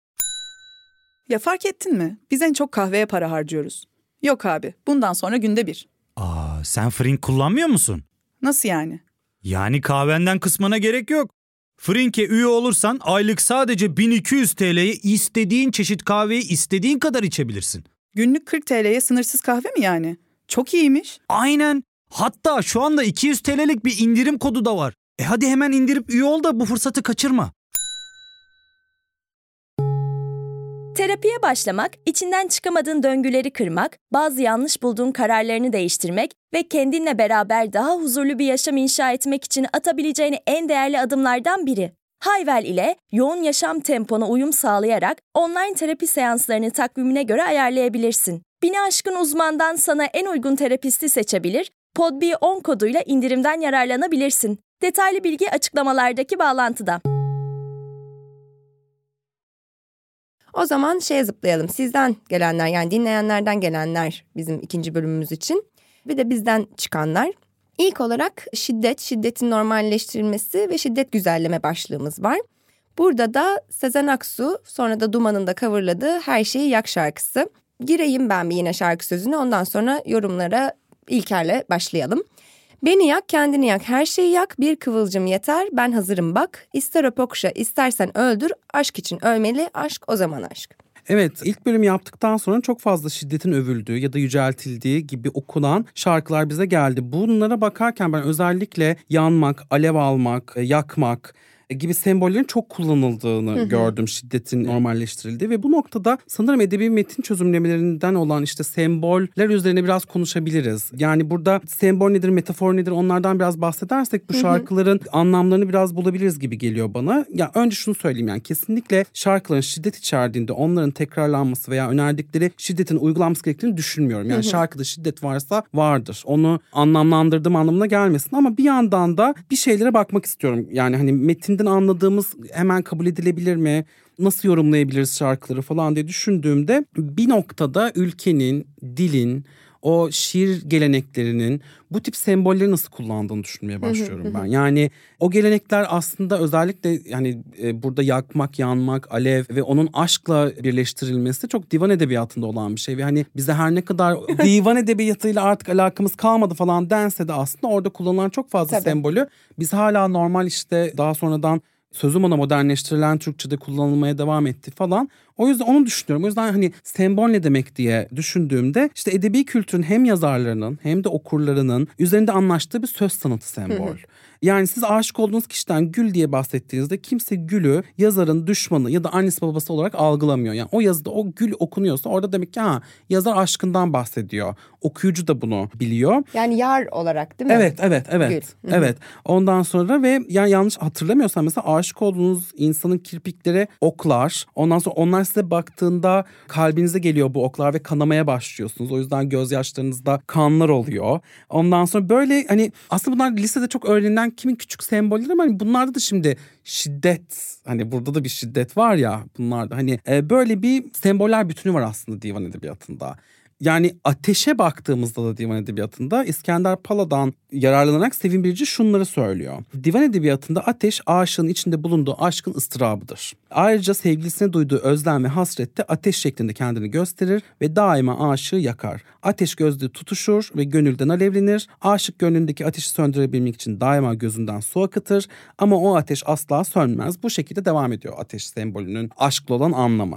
Ya fark ettin mi? Biz en çok kahveye para harcıyoruz. Yok abi, bundan sonra günde bir. Sen Frink kullanmıyor musun? Nasıl yani? Yani kahvenden kısmına gerek yok. Frink'e üye olursan aylık sadece 1200 TL'ye istediğin çeşit kahveyi istediğin kadar içebilirsin. Günlük 40 TL'ye sınırsız kahve mi yani? Çok iyiymiş. Aynen. Hatta şu anda 200 TL'lik bir indirim kodu da var. Hadi hemen indirip üye ol da bu fırsatı kaçırma. Terapiye başlamak, içinden çıkamadığın döngüleri kırmak, bazı yanlış bulduğun kararlarını değiştirmek ve kendinle beraber daha huzurlu bir yaşam inşa etmek için atabileceğin en değerli adımlardan biri. Hayvel ile yoğun yaşam tempona uyum sağlayarak online terapi seanslarını takvimine göre ayarlayabilirsin. 1000'i aşkın uzmandan sana en uygun terapisti seçebilir, PodB10 koduyla indirimden yararlanabilirsin. Detaylı bilgi açıklamalardaki bağlantıda. O zaman zıplayalım. Sizden gelenler, yani dinleyenlerden gelenler bizim ikinci bölümümüz için. Bir de bizden çıkanlar. İlk olarak şiddetin normalleştirilmesi ve şiddet güzelleme başlığımız var. Burada da Sezen Aksu, sonra da Duman'ın da coverladığı Her Şeyi Yak şarkısı. Gireyim ben bir yine şarkı sözüne, ondan sonra yorumlara İlker'le başlayalım. Beni yak, kendini yak, her şeyi yak, bir kıvılcım yeter, ben hazırım bak. İster öp okşa, istersen öldür, aşk için ölmeli, aşk o zaman aşk. Evet, ilk bölüm yaptıktan sonra çok fazla şiddetin övüldüğü ya da yüceltildiği gibi okunan şarkılar bize geldi. Bunlara bakarken ben özellikle yanmak, alev almak, yakmak gibi sembollerin çok kullanıldığını gördüm, şiddetin normalleştirildiği ve bu noktada sanırım edebi metin çözümlemelerinden olan semboller üzerine biraz konuşabiliriz. Yani burada sembol nedir, metafor nedir, onlardan biraz bahsedersek bu şarkıların anlamlarını biraz bulabiliriz gibi geliyor bana. Ya önce şunu söyleyeyim, yani kesinlikle şarkıların şiddet içerdiğinde onların tekrarlanması veya önerdikleri şiddetin uygulanması gerektiğini düşünmüyorum. Yani şarkıda şiddet varsa vardır. Onu anlamlandırdığım anlamına gelmesin ama bir yandan da bir şeylere bakmak istiyorum. Yani hani metin anladığımız hemen kabul edilebilir mi? Nasıl yorumlayabiliriz şarkıları falan diye düşündüğümde bir noktada ülkenin, dilin, o şiir geleneklerinin bu tip sembolleri nasıl kullandığını düşünmeye başlıyorum ben. Yani o gelenekler aslında özellikle yani burada yakmak, yanmak, alev ve onun aşkla birleştirilmesi çok divan edebiyatında olan bir şey. Ve hani bize her ne kadar divan edebiyatıyla artık alakamız kalmadı falan dense de aslında orada kullanılan çok fazla sembolü biz hala normal daha sonradan sözüm ona modernleştirilen Türkçe'de kullanılmaya devam etti falan. O yüzden onu düşünüyorum. O yüzden hani sembol ne demek diye düşündüğümde edebi kültürün hem yazarlarının hem de okurlarının üzerinde anlaştığı bir söz sanatı sembol. Yani siz aşık olduğunuz kişiden Gül diye bahsettiğinizde kimse Gül'ü yazarın düşmanı ya da annesi babası olarak algılamıyor. Yani o yazıda o Gül okunuyorsa orada demek ki yazar aşkından bahsediyor. Okuyucu da bunu biliyor. Yani yar olarak değil mi? Evet. Gül. Evet. Ondan sonra ve yani yanlış hatırlamıyorsam mesela aşık olduğunuz insanın kirpikleri oklar. Ondan sonra onlar size baktığında kalbinize geliyor bu oklar ve kanamaya başlıyorsunuz. O yüzden gözyaşlarınızda kanlar oluyor. Ondan sonra böyle hani aslında bunlar lisede çok öğrenilen kimin küçük sembolleri ama hani bunlarda da şimdi şiddet, hani burada da bir şiddet var ya bunlarda, hani böyle bir semboller bütünü var aslında divan edebiyatında. Yani ateşe baktığımızda da divan edebiyatında İskender Pala'dan yararlanarak Sevim Birci şunları söylüyor. Divan edebiyatında ateş aşığın içinde bulunduğu aşkın ıstırabıdır. Ayrıca sevgilisine duyduğu özlem ve hasrette ateş şeklinde kendini gösterir ve daima aşığı yakar. Ateş gözde tutuşur ve gönülden alevlenir. Aşık gönlündeki ateşi söndürebilmek için daima gözünden su akıtır ama o ateş asla sönmez. Bu şekilde devam ediyor ateş sembolünün aşkla olan anlamı.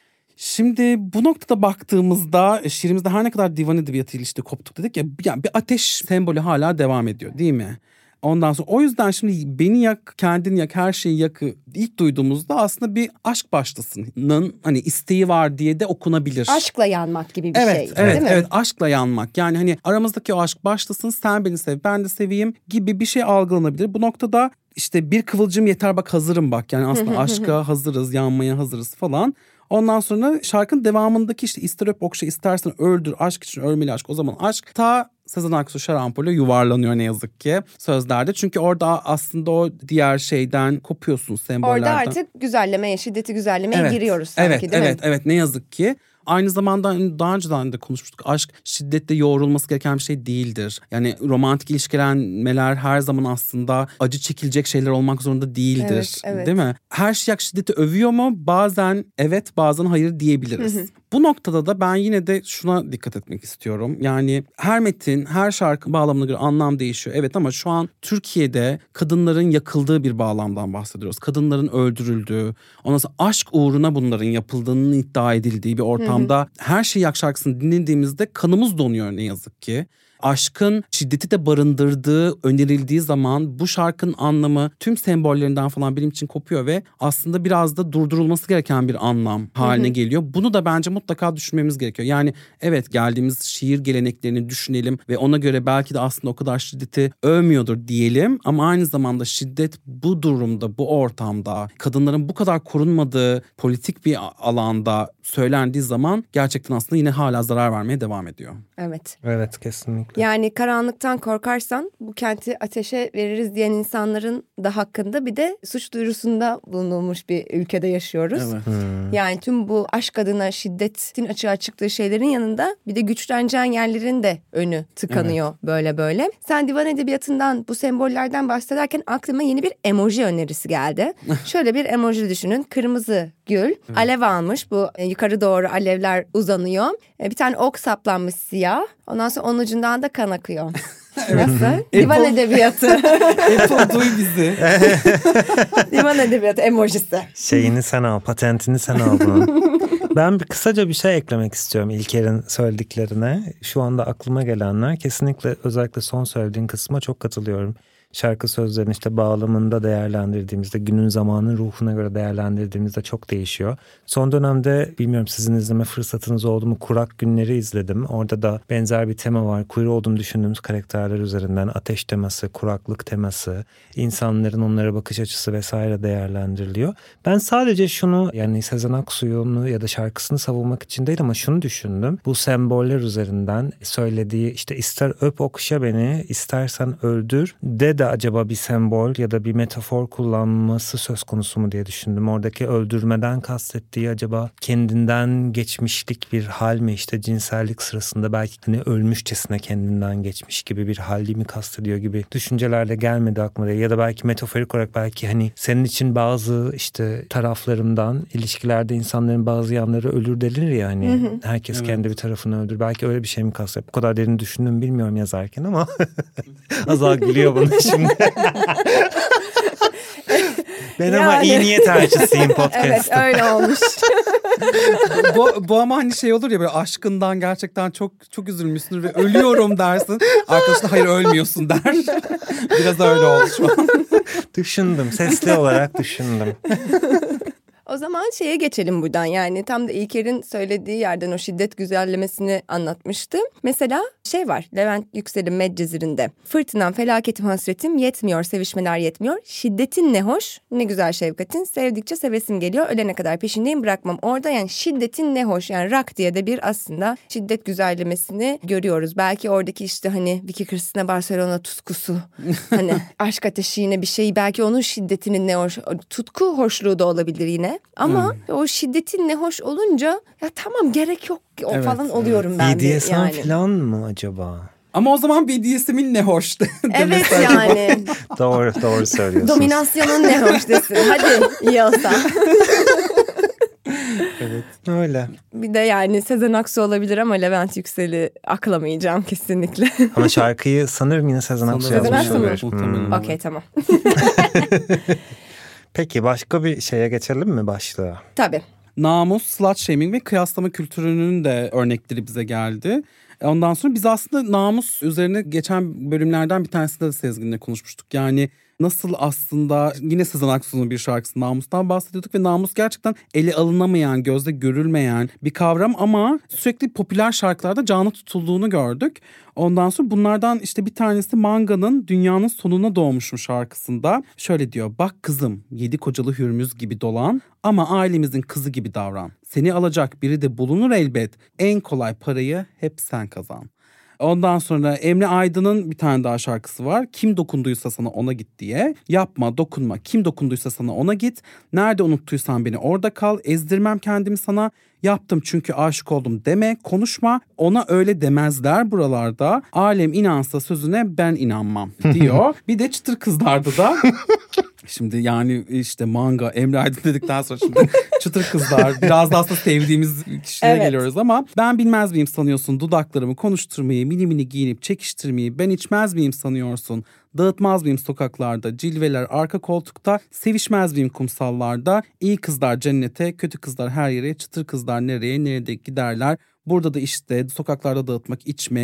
Şimdi bu noktada baktığımızda şiirimizde her ne kadar divan edebiyatıyla koptuk dedik ya, yani bir ateş sembolü hala devam ediyor değil mi? Ondan sonra o yüzden şimdi beni yak, kendini yak, her şeyi yakı ilk duyduğumuzda aslında bir aşk başlasının hani isteği var diye de okunabilir. Aşkla yanmak gibi bir şey değil mi? Evet, aşkla yanmak. Yani hani aramızdaki o aşk başlasın, sen beni sev, ben de seveyim gibi bir şey algılanabilir. Bu noktada bir kıvılcım yeter bak, hazırım bak. Yani aslında aşka hazırız, yanmaya hazırız falan. Ondan sonra şarkının devamındaki ister öp okşa, istersen öldür, aşk için ölmeli aşk, o zaman aşk ta Sezen Aksu şarampole yuvarlanıyor ne yazık ki sözlerde. Çünkü orada aslında o diğer şeyden kopuyorsun, sembollerden. Orada artık güzellemeye, şiddeti güzellemeye giriyoruz sanki değil mi? Evet ne yazık ki. Aynı zamanda daha önceden de konuşmuştuk. Aşk şiddetle yoğrulması gereken bir şey değildir. Yani romantik ilişkilenmeler her zaman aslında acı çekilecek şeyler olmak zorunda değildir. Evet. Değil mi? Her şey şiddeti övüyor mu? Bazen evet, bazen hayır diyebiliriz. Bu noktada da ben yine de şuna dikkat etmek istiyorum. Yani her metin, her şarkı bağlamına göre anlam değişiyor. Evet, ama şu an Türkiye'de kadınların yakıldığı bir bağlamdan bahsediyoruz. Kadınların öldürüldüğü, ondan sonra aşk uğruna bunların yapıldığının iddia edildiği bir ortamda her şeyi yak şarkısını dinlediğimizde kanımız donuyor ne yazık ki. aşkın şiddeti de barındırdığı önerildiği zaman bu şarkının anlamı tüm sembollerinden falan benim için kopuyor ve aslında biraz da durdurulması gereken bir anlam haline geliyor. Bunu da bence mutlaka düşünmemiz gerekiyor. Yani evet, geldiğimiz şiir geleneklerini düşünelim ve ona göre belki de aslında o kadar şiddeti övmüyordur diyelim ama aynı zamanda şiddet bu durumda, bu ortamda, kadınların bu kadar korunmadığı politik bir alanda söylendiği zaman gerçekten aslında yine hala zarar vermeye devam ediyor. Evet. Evet, kesinlikle. Yani karanlıktan korkarsan bu kenti ateşe veririz diyen insanların da hakkında bir de suç duyurusunda bulunulmuş bir ülkede yaşıyoruz. Evet. Yani tüm bu aşk adına şiddetin açığa çıktığı şeylerin yanında bir de güçleneceğin yerlerin de önü tıkanıyor böyle. Sen divan edebiyatından, bu sembollerden bahsederken aklıma yeni bir emoji önerisi geldi. Şöyle bir emoji düşünün. Kırmızı gül, alev almış. Bu yukarı doğru alevler uzanıyor. Bir tane ok saplanmış siyah. Ondan sonra onun ucundan da kan akıyor. Nasıl? Divan edebiyatı. Apple duy bizi. Divan edebiyatı emojisi. Şeyini sen al, patentini sen al bunun. Ben kısaca bir şey eklemek istiyorum İlker'in söylediklerine. Şu anda aklıma gelenler, kesinlikle özellikle son söylediğin kısma çok katılıyorum. Şarkı sözlerini işte bağlamında değerlendirdiğimizde, günün zamanın ruhuna göre değerlendirdiğimizde çok değişiyor. Son dönemde bilmiyorum sizin izleme fırsatınız oldu mu, Kurak Günleri izledim. Orada da benzer bir tema var. Queer olduğunu düşündüğümüz karakterler üzerinden ateş teması, kuraklık teması, insanların onlara bakış açısı vesaire değerlendiriliyor. Ben sadece şunu, yani Sezen Aksu'yu ya da şarkısını savunmak için değil ama şunu düşündüm. Bu semboller üzerinden söylediği işte ister öp okşa beni, istersen öldür de acaba bir sembol ya da bir metafor kullanması söz konusu mu diye düşündüm. Oradaki öldürmeden kastettiği acaba kendinden geçmişlik bir hal mi, işte cinsellik sırasında belki hani ölmüşçesine kendinden geçmiş gibi bir hali mi kastediyor gibi düşüncelerle gelmedi aklıma. Ya da belki metaforik olarak belki hani senin için bazı işte taraflarımdan, ilişkilerde insanların bazı yanları ölür denir ya hani. Herkes kendi bir tarafını öldür. Belki öyle bir şey mi kastediyor? Bu kadar derin düşündüm bilmiyorum yazarken ama Azal gülüyor buna şimdi. Ben ama iyi niyet elçisiyim podcast'ta. Evet, öyle olmuş. bu ama hani şey olur ya, böyle aşkından gerçekten çok üzülmüşsündür ve ölüyorum dersin. Arkadaşın hayır ölmüyorsun der. Biraz öyle oldu şu an. Düşündüm, sesli olarak düşündüm. O zaman şeye geçelim buradan, yani tam da İlker'in söylediği yerden o şiddet güzellemesini anlatmıştı. Mesela şey var, Levent Yüksel'in Medcezir'inde. Fırtınam, felaketim, hasretim, yetmiyor, sevişmeler yetmiyor. Şiddetin ne hoş, ne güzel şefkatin, sevdikçe sevesim geliyor, ölene kadar peşindeyim bırakmam. Orada yani şiddetin ne hoş, yani rock diye de bir aslında şiddet güzellemesini görüyoruz. Belki oradaki işte hani Vicky Cristina Barcelona tutkusu, hani aşk ateşi yine bir şey, belki onun şiddetinin ne hoş, tutku hoşluğu da olabilir yine. Ama o şiddetin ne hoş olunca ya tamam gerek yok o falan oluyorum ben de BDSM yani. falan mı acaba? Ama o zaman BDSM'in ne hoş. Evet yani. Doğru söylüyorsunuz. Dominasyonun ne hoş desin. Hadi iyi olsa. Evet. Öyle. Bir de yani Sezen Aksu olabilir ama Levent Yüksel'i aklamayacağım kesinlikle. Ama şarkıyı sanırım yine Sezen Aksu yazmış Aksu mu? oluyor. Okey, tamam. Peki başka bir şeye geçelim mi başlığa? Tabii. Namus, slut shaming ve kıyaslama kültürünün de örnekleri bize geldi. Ondan sonra biz aslında namus üzerine geçen bölümlerden bir tanesinde de Sezgin'le konuşmuştuk. Yani nasıl aslında yine Sezen Aksu'nun bir şarkısı namustan bahsediyorduk ve namus gerçekten ele alınamayan, gözle görülmeyen bir kavram ama sürekli popüler şarkılarda canlı tutulduğunu gördük. Ondan sonra bunlardan işte bir tanesi Manga'nın Dünyanın Sonuna Doğmuşum şarkısında şöyle diyor. Bak kızım, 7 kocalı Hürmüz gibi dolan ama ailemizin kızı gibi davran. Seni alacak biri de bulunur elbet. En kolay parayı hep sen kazan. Ondan sonra Emre Aydın'ın bir tane daha şarkısı var. Kim dokunduysa sana ona git diye. Yapma, dokunma. Kim dokunduysa sana ona git. Nerede unuttuysan beni orada kal. Ezdirmem kendimi sana. Yaptım çünkü aşık oldum deme, konuşma. Ona öyle demezler buralarda. Alem inansa sözüne ben inanmam diyor. Bir de Çıtır Kızlar'da da şimdi yani işte Manga, Emre Aydın dedikten sonra şimdi Çıtır Kızlar biraz da aslında sevdiğimiz kişilere geliyoruz ama ben bilmez miyim sanıyorsun dudaklarımı konuşturmayı, mini mini giyinip çekiştirmeyi, ben içmez miyim sanıyorsun, dağıtmaz mıyım sokaklarda, cilveler arka koltukta, sevişmez miyim kumsallarda, iyi kızlar cennete, kötü kızlar her yere, çıtır kızlar nereye, nerede giderler. Burada da işte sokaklarda dağıtmak, içmek,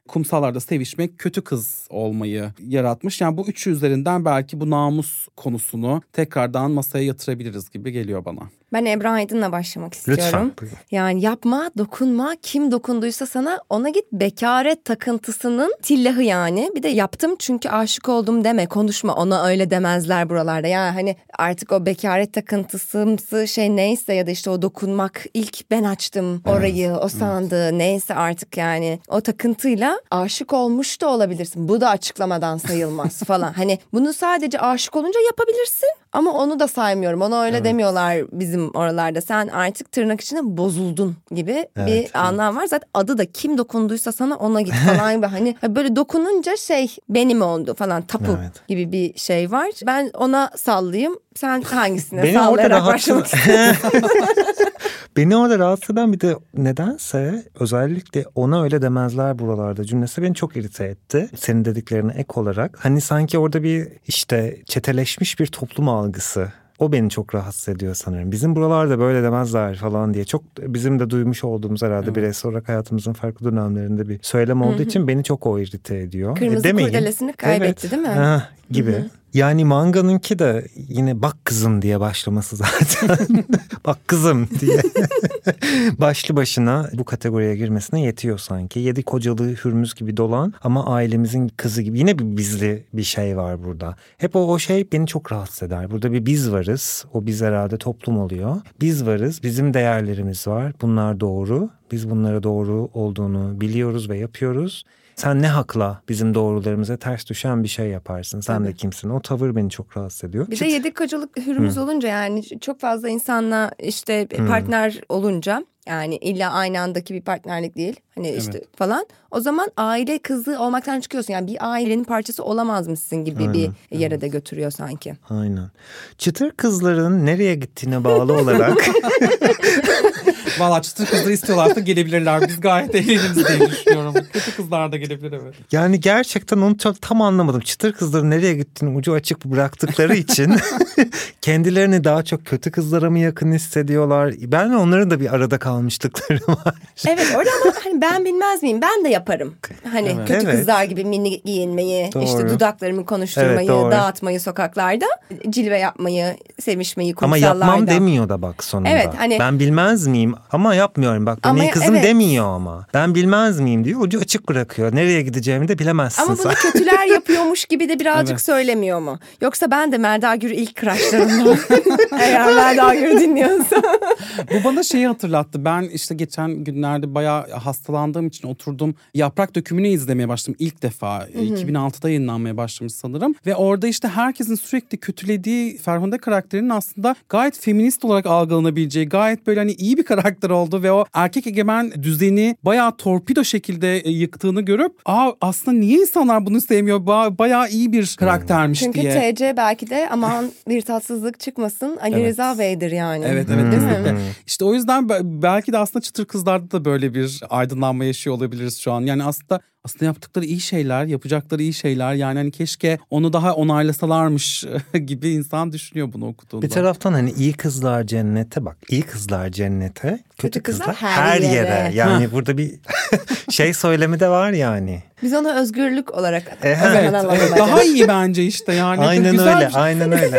kumsallarda sevişmek kötü kız olmayı yaratmış. Yani bu üçü üzerinden belki bu namus konusunu tekrardan masaya yatırabiliriz gibi geliyor bana. Ben Ebru Aydın'la başlamak istiyorum. Lütfen, buyurun. Yani yapma, dokunma, kim dokunduysa sana ona git, bekaret takıntısının tillahı yani. Bir de yaptım çünkü aşık oldum deme, konuşma, ona öyle demezler buralarda. Yani hani artık o bekaret takıntısımsı şey neyse ya da işte o dokunmak, ilk ben açtım orayı, o sandığı neyse artık yani o takıntıyla aşık olmuş da olabilirsin. Bu da açıklamadan sayılmaz falan. Hani bunu sadece aşık olunca yapabilirsin ama onu da saymıyorum. Ona öyle demiyorlar bizim oralarda. Sen artık tırnak içinde bozuldun gibi bir anlam var. Zaten adı da kim dokunduysa sana ona git falan gibi. Hani böyle dokununca şey benim oldu falan, tapu gibi bir şey var. Ben ona sallayayım. Sen hangisine sallayarak başlamak istiyorsun? Beni orada rahatsız eden bir de nedense özellikle ona öyle demezler buralarda cümlesi beni çok irite etti. Senin dediklerine ek olarak. Hani sanki orada bir işte çeteleşmiş bir toplum algısı. O beni çok rahatsız ediyor sanırım. Bizim buralarda böyle demezler falan diye. Çok bizim de duymuş olduğumuz herhalde bireysel olarak hayatımızın farklı dönemlerinde bir söylem olduğu için beni çok o irite ediyor. Kırmızı kurdelesini kaybetti değil mi? Gibi. Yani Manga'nınki de yine bak kızım diye başlaması zaten. Bak kızım diye. Başlı başına bu kategoriye girmesine yetiyor sanki. 7 kocalığı Hürmüz gibi dolan ama ailemizin kızı gibi. Yine bir bizli bir şey var burada. Hep o şey beni çok rahatsız eder. Burada bir biz varız. O biz herhalde toplum oluyor. Biz varız. Bizim değerlerimiz var. Bunlar doğru. Biz bunlara doğru olduğunu biliyoruz ve yapıyoruz. Sen ne hakla bizim doğrularımıza ters düşen bir şey yaparsın? Sen de kimsin? O tavır beni çok rahatsız ediyor. Bir de 7 kocalık Hürmüz olunca yani çok fazla insanla işte partner olunca, yani illa aynı andaki bir partnerlik değil. Hani işte falan. O zaman aile kızı olmaktan çıkıyorsun. Yani bir ailenin parçası olamaz mısın gibi bir yere de götürüyor sanki. Aynen. Çıtır kızların nereye gittiğine bağlı olarak. Valla çıtır kızları istiyorlarsa gelebilirler. Biz gayet eğleniriz diye düşünüyorum. Kötü kızlar da gelebilir, evet. Yani gerçekten onu tam anlamadım. Çıtır kızların nereye gittiğini ucu açık bıraktıkları için kendilerini daha çok kötü kızlara mı yakın hissediyorlar? Ben onların da bir arada kalmışlıkları var. Evet, orada ama hani ben bilmez miyim? Ben de yaparım. Hani kötü kızlar gibi mini giyinmeyi, işte dudaklarımı konuşturmayı, dağıtmayı sokaklarda, cilve yapmayı, sevişmeyi kumsallarda. Ama yapmam demiyor da bak sonunda. Evet, hani ben bilmez miyim? Ama yapmıyorum bak. Benim kızım demiyor ama. Ben bilmez miyim diyor. Ucu açık bırakıyor. Nereye gideceğimi de bilemezsin ama sen. Bunu kötüler yapıyormuş gibi de birazcık söylemiyor mu? Yoksa ben de Melda Gür ilk crushlarımdan. Eğer Melda Gür dinliyorsa. Bu bana şeyi hatırlattı. Ben işte geçen günlerde bayağı hastalandığım için oturdum. Yaprak Dökümü'nü izlemeye başladım ilk defa. 2006'da yayınlanmaya başlamış sanırım. Ve orada işte herkesin sürekli kötülediği Ferhunde karakterinin aslında gayet feminist olarak algılanabileceği, gayet böyle hani iyi bir karakter oldu ve o erkek egemen düzeni bayağı torpido şekilde yıktığını görüp aslında niye insanlar bunu sevmiyor? Bayağı iyi bir karaktermiş çünkü diye. Çünkü TC belki de aman bir tatsızlık çıkmasın Ali Rıza Bey'dir yani. Evet kesinlikle. İşte o yüzden belki de aslında çıtır kızlarda da böyle bir aydınlanma yaşıyor olabiliriz şu an. Yani aslında yaptıkları iyi şeyler, yapacakları iyi şeyler. Yani hani keşke onu daha onaylasalarmış gibi insan düşünüyor bunu okuduğunda. Bir taraftan hani iyi kızlar cennete bak. İyi kızlar cennete, kötü kızlar her yere. Yani burada bir şey söylemi de var yani. Biz onu özgürlük olarak evet, daha iyi bence işte yani. Aynen güzel öyle, aynen öyle.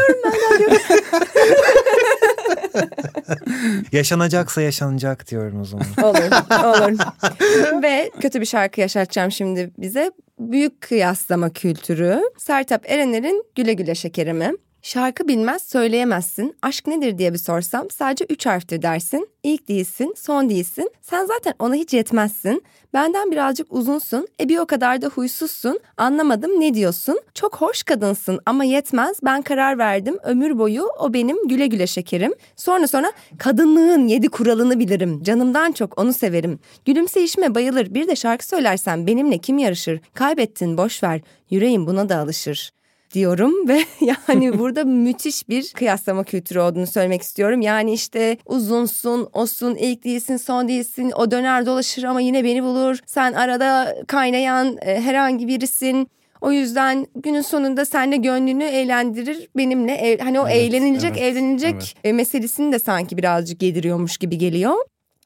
Yaşanacaksa yaşanacak diyorum o zaman. Olur. Ve kötü bir şarkı yaşatacağım şimdi bize. Büyük kıyaslama kültürü. Sertab Erener'in Güle Güle Şekerimi. Şarkı bilmez, söyleyemezsin. Aşk nedir diye bir sorsam sadece 3 harftir dersin. İlk değilsin, son değilsin. Sen zaten ona hiç yetmezsin. Benden birazcık uzunsun. Bir o kadar da huysuzsun. Anlamadım ne diyorsun? Çok hoş kadınsın ama yetmez. Ben karar verdim. Ömür boyu o benim güle güle şekerim. Sonra kadınlığın 7 kuralını bilirim. Canımdan çok onu severim. Gülümseyişime bayılır. Bir de şarkı söylersen benimle kim yarışır? Kaybettin boş ver. Yüreğim buna da alışır diyorum ve yani burada müthiş bir kıyaslama kültürü olduğunu söylemek istiyorum. Yani işte uzunsun, osun, ilk değilsin, son değilsin, o döner dolaşır ama yine beni bulur. Sen arada kaynayan herhangi birisin. O yüzden günün sonunda seninle gönlünü eğlendirir benimle. Hani o eğlenilecek, evlenilecek meselesini de sanki birazcık yediriyormuş gibi geliyor.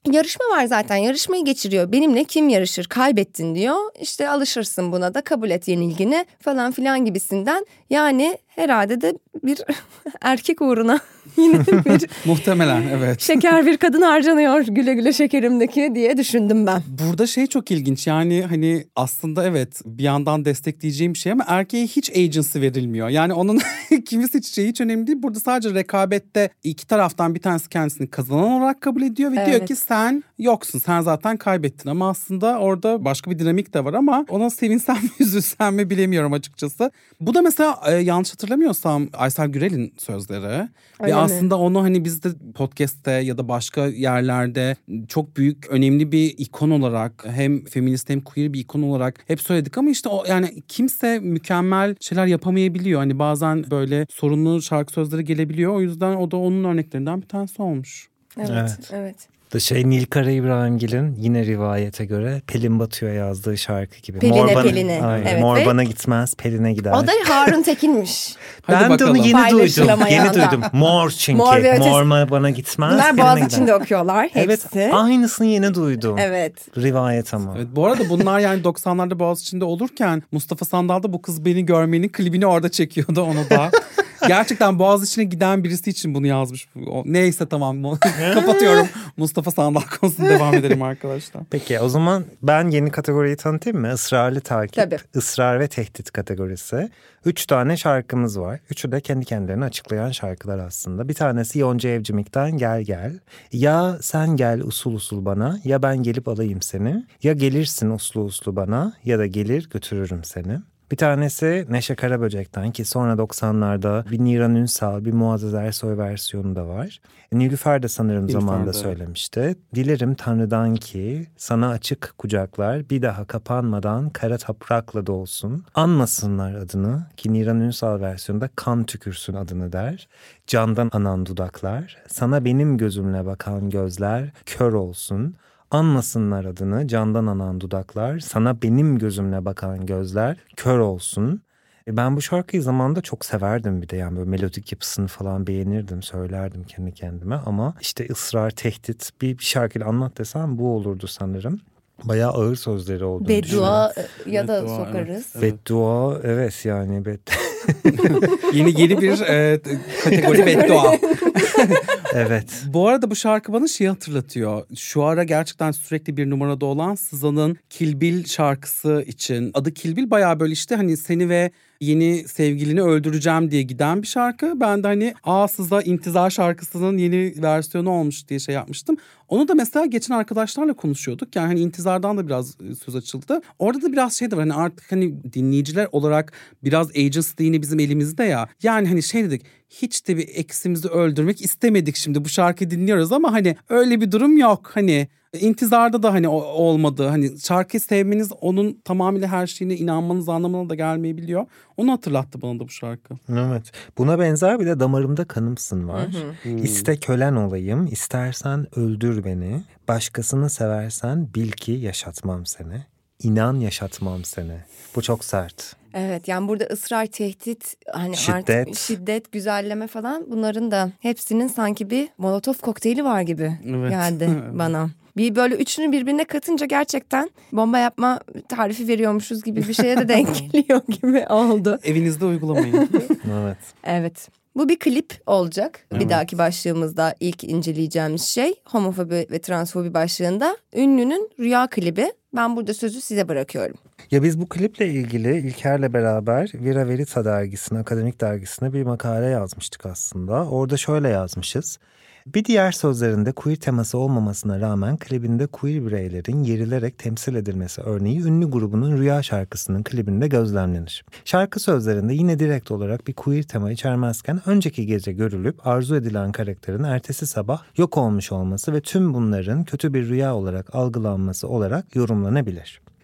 Yarışma var zaten, yarışmayı geçiriyor. Benimle kim yarışır, kaybettin diyor. İşte alışırsın buna da, kabul et yenilgini falan filan gibisinden. Yani herhalde de bir erkek uğruna yine bir Muhtemelen evet. şeker bir kadın harcanıyor güle güle şekerimdeki diye düşündüm ben. Burada şey çok ilginç, yani hani aslında evet bir yandan destekleyeceğim bir şey ama erkeğe hiç agency verilmiyor. Yani onun kimi seçeceği hiç önemli değil. Burada sadece rekabette iki taraftan bir tanesi kendisini kazanan olarak kabul ediyor ve diyor ki sen yoksun, sen zaten kaybettin. Ama aslında orada başka bir dinamik de var ama ona sevinsem mi üzülsem mi bilemiyorum açıkçası. Bu da mesela yanlış hatırlamıyorsam Aysel Gürel'in sözleri. Ve aslında onu hani biz de podcast'te ya da başka yerlerde çok büyük, önemli bir ikon olarak, hem feminist hem queer bir ikon olarak hep söyledik ama işte o, yani kimse mükemmel şeyler yapamayabiliyor. Hani bazen böyle sorunlu şarkı sözleri gelebiliyor. O yüzden o da onun örneklerinden bir tanesi olmuş. Evet. Nil Kara İbrahimgil'in yine rivayete göre Pelin Batı'ya yazdığı şarkı gibi. Pelin'e. Aynen. Evet, Mor bana gitmez, Pelin'e gider. O da Harun Tekin'miş. Ben de onu yeni duydum. Mor çünkü. Mor bana gitmez. Bunlar Boğaziçi'nde okuyorlar hepsi. Evet, aynısını yeni duydum. Evet. Rivayet ama. Evet, bu arada bunlar yani 90'larda Boğaziçi'nde olurken Mustafa Sandal da Bu Kız Beni Görmenin klibini orada çekiyordu, onu da. Gerçekten Boğaziçi'ne giden birisi için bunu yazmış. Neyse tamam kapatıyorum. Mustafa Sandal konusuna devam edelim arkadaşlar. Peki o zaman ben yeni kategoriyi tanıtayım mı? Israrlı takip, Tabii. ısrar ve tehdit kategorisi. 3 tane şarkımız var. Üçü de kendi kendilerini açıklayan şarkılar aslında. Bir tanesi Yonca Evcimik'ten Gel Gel. Ya sen gel usul usul bana, ya ben gelip alayım seni. Ya gelirsin uslu uslu bana, ya da gelir götürürüm seni. Bir tanesi Neşe Karaböcek'ten, ki sonra 90'larda bir Niran Ünsal, bir Muazzez Ersoy versiyonu da var. Nilüfer de sanırım zamanında söylemişti. Dilerim Tanrı'dan ki sana açık kucaklar bir daha kapanmadan kara toprakla dolsun. Anmasınlar adını, ki Niran Ünsal versiyonunda kan tükürsün adını der. Candan anan dudaklar, sana benim gözümle bakan gözler kör olsun. Anmasınlar adını, candan anan dudaklar, sana benim gözümle bakan gözler kör olsun. Ben bu şarkıyı zamanında çok severdim bir de, yani böyle melodik yapısını falan beğenirdim, söylerdim kendi kendime. Ama işte ısrar, tehdit, bir şarkıyla anlat desem bu olurdu sanırım. Bayağı ağır sözleri olduğunu Beddua ya da Beddua, sokarız. Evet. Beddua, evet yani yeni bir kategori beddua. Evet. Bu arada bu şarkı bana şeyi hatırlatıyor. Şu ara gerçekten sürekli bir numarada olan SZA'nın Kill Bill şarkısı için. Adı Kill Bill, bayağı böyle işte hani seni ve yeni sevgilini öldüreceğim diye giden bir şarkı. Ben de hani SZA İntizar şarkısının yeni versiyonu olmuş diye şey yapmıştım. Onu da mesela geçen arkadaşlarla konuşuyorduk. Yani hani intizardan da biraz söz açıldı. Orada da biraz şey de var, hani artık hani dinleyiciler olarak biraz agency yine bizim elimizde ya. Yani hani şey dedik, hiç de bir eksimizi öldürmek istemedik, şimdi bu şarkıyı dinliyoruz ama hani öyle bir durum yok. Hani İntizarda da hani olmadı. Hani şarkıyı sevmeniz onun tamamıyla her şeyine inanmanız anlamına da gelmeyebiliyor. Onu hatırlattı bana da bu şarkı. Evet. Buna benzer bir de Damarımda Kanımsın var. İste kölen olayım, istersen öldür beni. Başkasını seversen bil ki yaşatmam seni. İnan yaşatmam seni. Bu çok sert. Evet, yani burada ısrar, tehdit, hani şiddet, güzelleme falan, bunların da hepsinin sanki bir Molotov kokteyli var gibi geldi bana. Bir böyle üçünü birbirine katınca gerçekten bomba yapma tarifi veriyormuşuz gibi bir şeye de denk geliyor gibi oldu. Evinizde uygulamayın. Evet. Evet. Bu bir klip olacak. Evet. Bir dahaki başlığımızda ilk inceleyeceğimiz şey homofobi ve transfobi başlığında ünlünün rüya klibi. Ben burada sözü size bırakıyorum. Ya biz bu kliple ilgili İlker'le beraber Vira Verita dergisine, akademik dergisine bir makale yazmıştık aslında. Orada şöyle yazmışız. Bir diğer sözlerinde queer teması olmamasına rağmen klibinde queer bireylerin yerilerek temsil edilmesi örneği ünlü grubunun Rüya şarkısının klibinde gözlemlenir. Şarkı sözlerinde yine direkt olarak bir queer tema içermezken önceki gece görülüp arzu edilen karakterin ertesi sabah yok olmuş olması ve tüm bunların kötü bir rüya olarak algılanması olarak yorumlanabilir.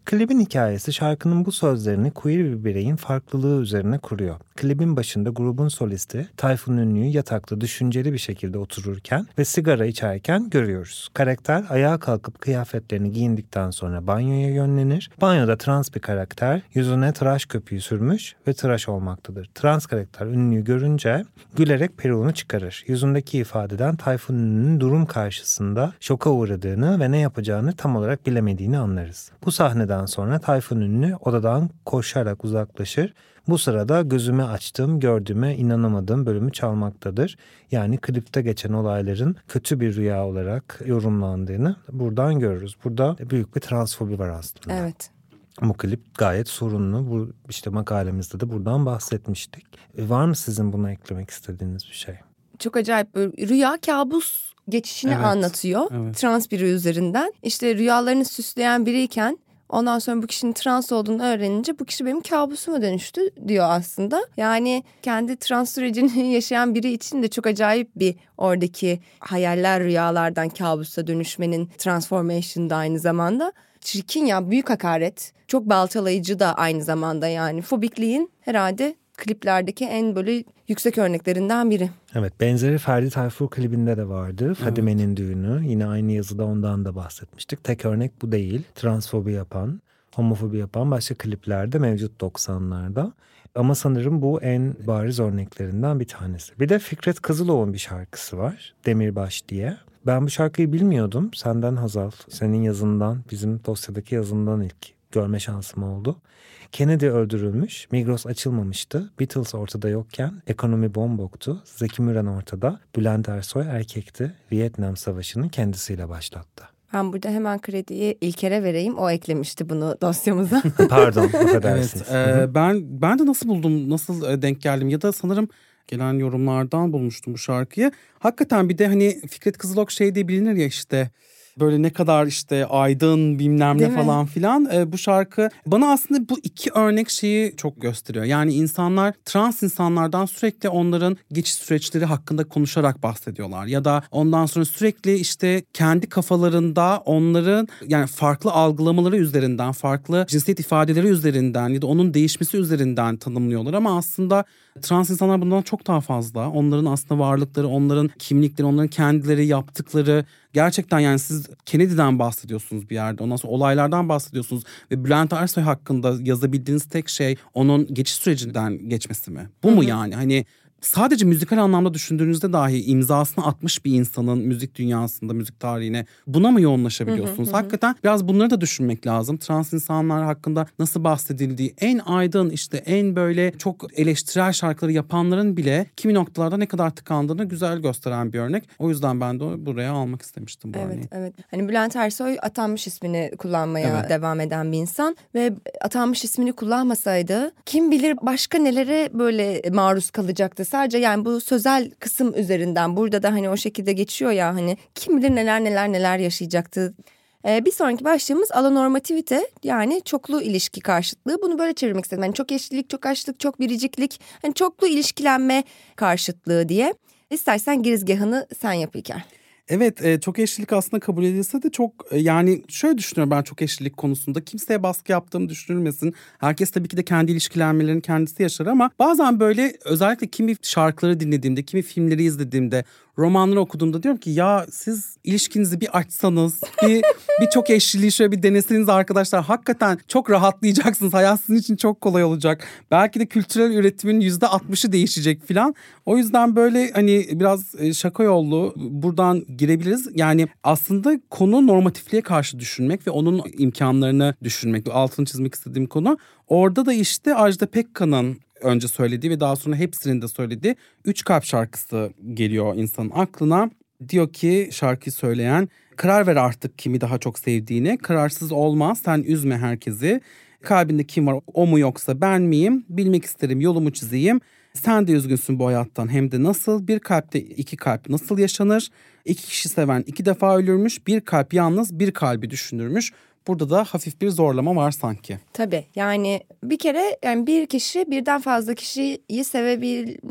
Klibin hikayesi şarkının bu sözlerini queer bir bireyin farklılığı üzerine kuruyor. Klibin başında grubun solisti Tayfun Ünlü'yü yatakta düşünceli bir şekilde otururken ve sigara içerken görüyoruz. Karakter ayağa kalkıp kıyafetlerini giyindikten sonra banyoya yönlenir. Banyoda trans bir karakter yüzüne tıraş köpüğü sürmüş ve tıraş olmaktadır. Trans karakter Ünlü'yü görünce gülerek peruğunu çıkarır. Yüzündeki ifadeden Tayfun Ünlü'nün durum karşısında şoka uğradığını ve ne yapacağını tam olarak bilemediğini anlarız. Bu sahneden sonra Tayfun Ünlü odadan koşarak uzaklaşır. Bu sırada gözümü açtığım, gördüğüme inanamadığım bölümü çalmaktadır. Yani klipte geçen olayların kötü bir rüya olarak yorumlandığını buradan görürüz. Burada büyük bir transfobi var aslında. Evet. Bu klip gayet sorunlu. Bu işte makalemizde de buradan bahsetmiştik. Var mı sizin buna eklemek istediğiniz bir şey? Çok acayip, böyle rüya kabus geçişini anlatıyor. Evet. Trans biri üzerinden. İşte rüyalarını süsleyen biriyken ondan sonra bu kişinin trans olduğunu öğrenince bu kişi benim kabusuma dönüştü diyor aslında. Yani kendi trans sürecini yaşayan biri için de çok acayip bir oradaki hayaller rüyalardan kabusa dönüşmenin transformation'da aynı zamanda. Çirkin ya, büyük hakaret. Çok baltalayıcı da aynı zamanda yani. Fobikliğin herhalde kliplerdeki en böyle yüksek örneklerinden biri. Evet, benzeri Ferdi Tayfur klibinde de vardı. Fadime'nin düğünü. Yine aynı yazıda ondan da bahsetmiştik. Tek örnek bu değil. Transfobi yapan, homofobi yapan başka kliplerde mevcut 90'larda. Ama sanırım bu en bariz örneklerinden bir tanesi. Bir de Fikret Kızılov'un bir şarkısı var. Demirbaş diye. Ben bu şarkıyı bilmiyordum. Senden Hazal, senin yazından, bizim dosyadaki yazından ilk görme şansım oldu. Kennedy öldürülmüş, Migros açılmamıştı, Beatles ortada yokken ekonomi bomboktu, Zeki Müren ortada, Bülent Ersoy erkekti, Vietnam Savaşı'nı kendisiyle başlattı. Ben burada hemen krediyi İlker'e vereyim. O eklemişti bunu dosyamıza. Pardon, affedersiniz. Evet, ben de nasıl buldum, nasıl denk geldim ya da sanırım gelen yorumlardan bulmuştum bu şarkıyı. Hakikaten bir de hani Fikret Kızılok şey diye bilinir ya işte... Böyle ne kadar işte aydın bilmem ne falan filan. Bu şarkı bana aslında bu iki örnek şeyi çok gösteriyor. Yani insanlar, trans insanlardan sürekli onların geçiş süreçleri hakkında konuşarak bahsediyorlar. Ya da ondan sonra sürekli işte kendi kafalarında onların yani farklı algılamaları üzerinden, farklı cinsiyet ifadeleri üzerinden ya da onun değişmesi üzerinden tanımlıyorlar. Ama aslında trans insanlar bundan çok daha fazla. Onların aslında varlıkları, onların kimlikleri, onların kendileri yaptıkları... Gerçekten yani siz Kennedy'den bahsediyorsunuz bir yerde. Ondan sonra olaylardan bahsediyorsunuz. Ve Bülent Ersoy hakkında yazabildiğiniz tek şey onun geçiş sürecinden geçmesi mi? Bu mu yani? Hani sadece müzikal anlamda düşündüğünüzde dahi imzasını atmış bir insanın müzik dünyasında, müzik tarihine buna mı yoğunlaşabiliyorsunuz? Hakikaten biraz bunları da düşünmek lazım. Trans insanlar hakkında nasıl bahsedildiği, en aydın işte en böyle çok eleştirel şarkıları yapanların bile kimi noktalarda ne kadar tıkandığını güzel gösteren bir örnek. O yüzden ben de buraya almak istemiştim bu örneği. Evet. Hani Bülent Ersoy atanmış ismini kullanmaya devam eden bir insan ve atanmış ismini kullanmasaydı kim bilir başka nelere böyle maruz kalacaktı. Sadece yani bu sözel kısım üzerinden burada da hani o şekilde geçiyor ya, hani kim bilir neler yaşayacaktı. Bir sonraki başlığımız alonormativite, yani çoklu ilişki karşıtlığı. Bunu böyle çevirmek istedim. Yani çok eşlilik, çok aşklık, çok biriciklik, hani çoklu ilişkilenme karşıtlığı diye. İstersen girizgahını sen yap İlker. Evet, çok eşlilik aslında kabul edilse de çok yani şöyle düşünüyorum ben çok eşlilik konusunda. Kimseye baskı yaptığım düşünülmesin. Herkes tabii ki de kendi ilişkilenmelerini kendisi yaşar ama bazen böyle özellikle kimi şarkıları dinlediğimde, kimi filmleri izlediğimde, romanları okuduğumda diyorum ki ya siz ilişkinizi bir açsanız, bir çok eşliliği şöyle bir deneseniz arkadaşlar, hakikaten çok rahatlayacaksınız. Hayat sizin için çok kolay olacak. Belki de kültürel üretimin %60'ı değişecek filan. O yüzden böyle hani biraz şaka yollu buradan girebiliriz. Yani aslında konu normatifliğe karşı düşünmek ve onun imkanlarını düşünmek. Altını çizmek istediğim konu. Orada da işte Ajda Pekkan'ın önce söylediği ve daha sonra hepsinin de söylediği 3 Kalp şarkısı geliyor insanın aklına. Diyor ki şarkıyı söyleyen, karar ver artık kimi daha çok sevdiğine, kararsız olma, sen üzme herkesi. Kalbinde kim var, o mu yoksa ben miyim, bilmek isterim, yolumu çizeyim. Sen de üzgünsün bu hayattan, hem de nasıl, bir kalpte 2 kalp nasıl yaşanır? 2 kişi seven 2 defa ölürmüş, bir kalp yalnız bir kalbi düşünürmüş. Burada da hafif bir zorlama var sanki. Tabii yani bir kere yani bir kişi birden fazla kişiyi sevebilme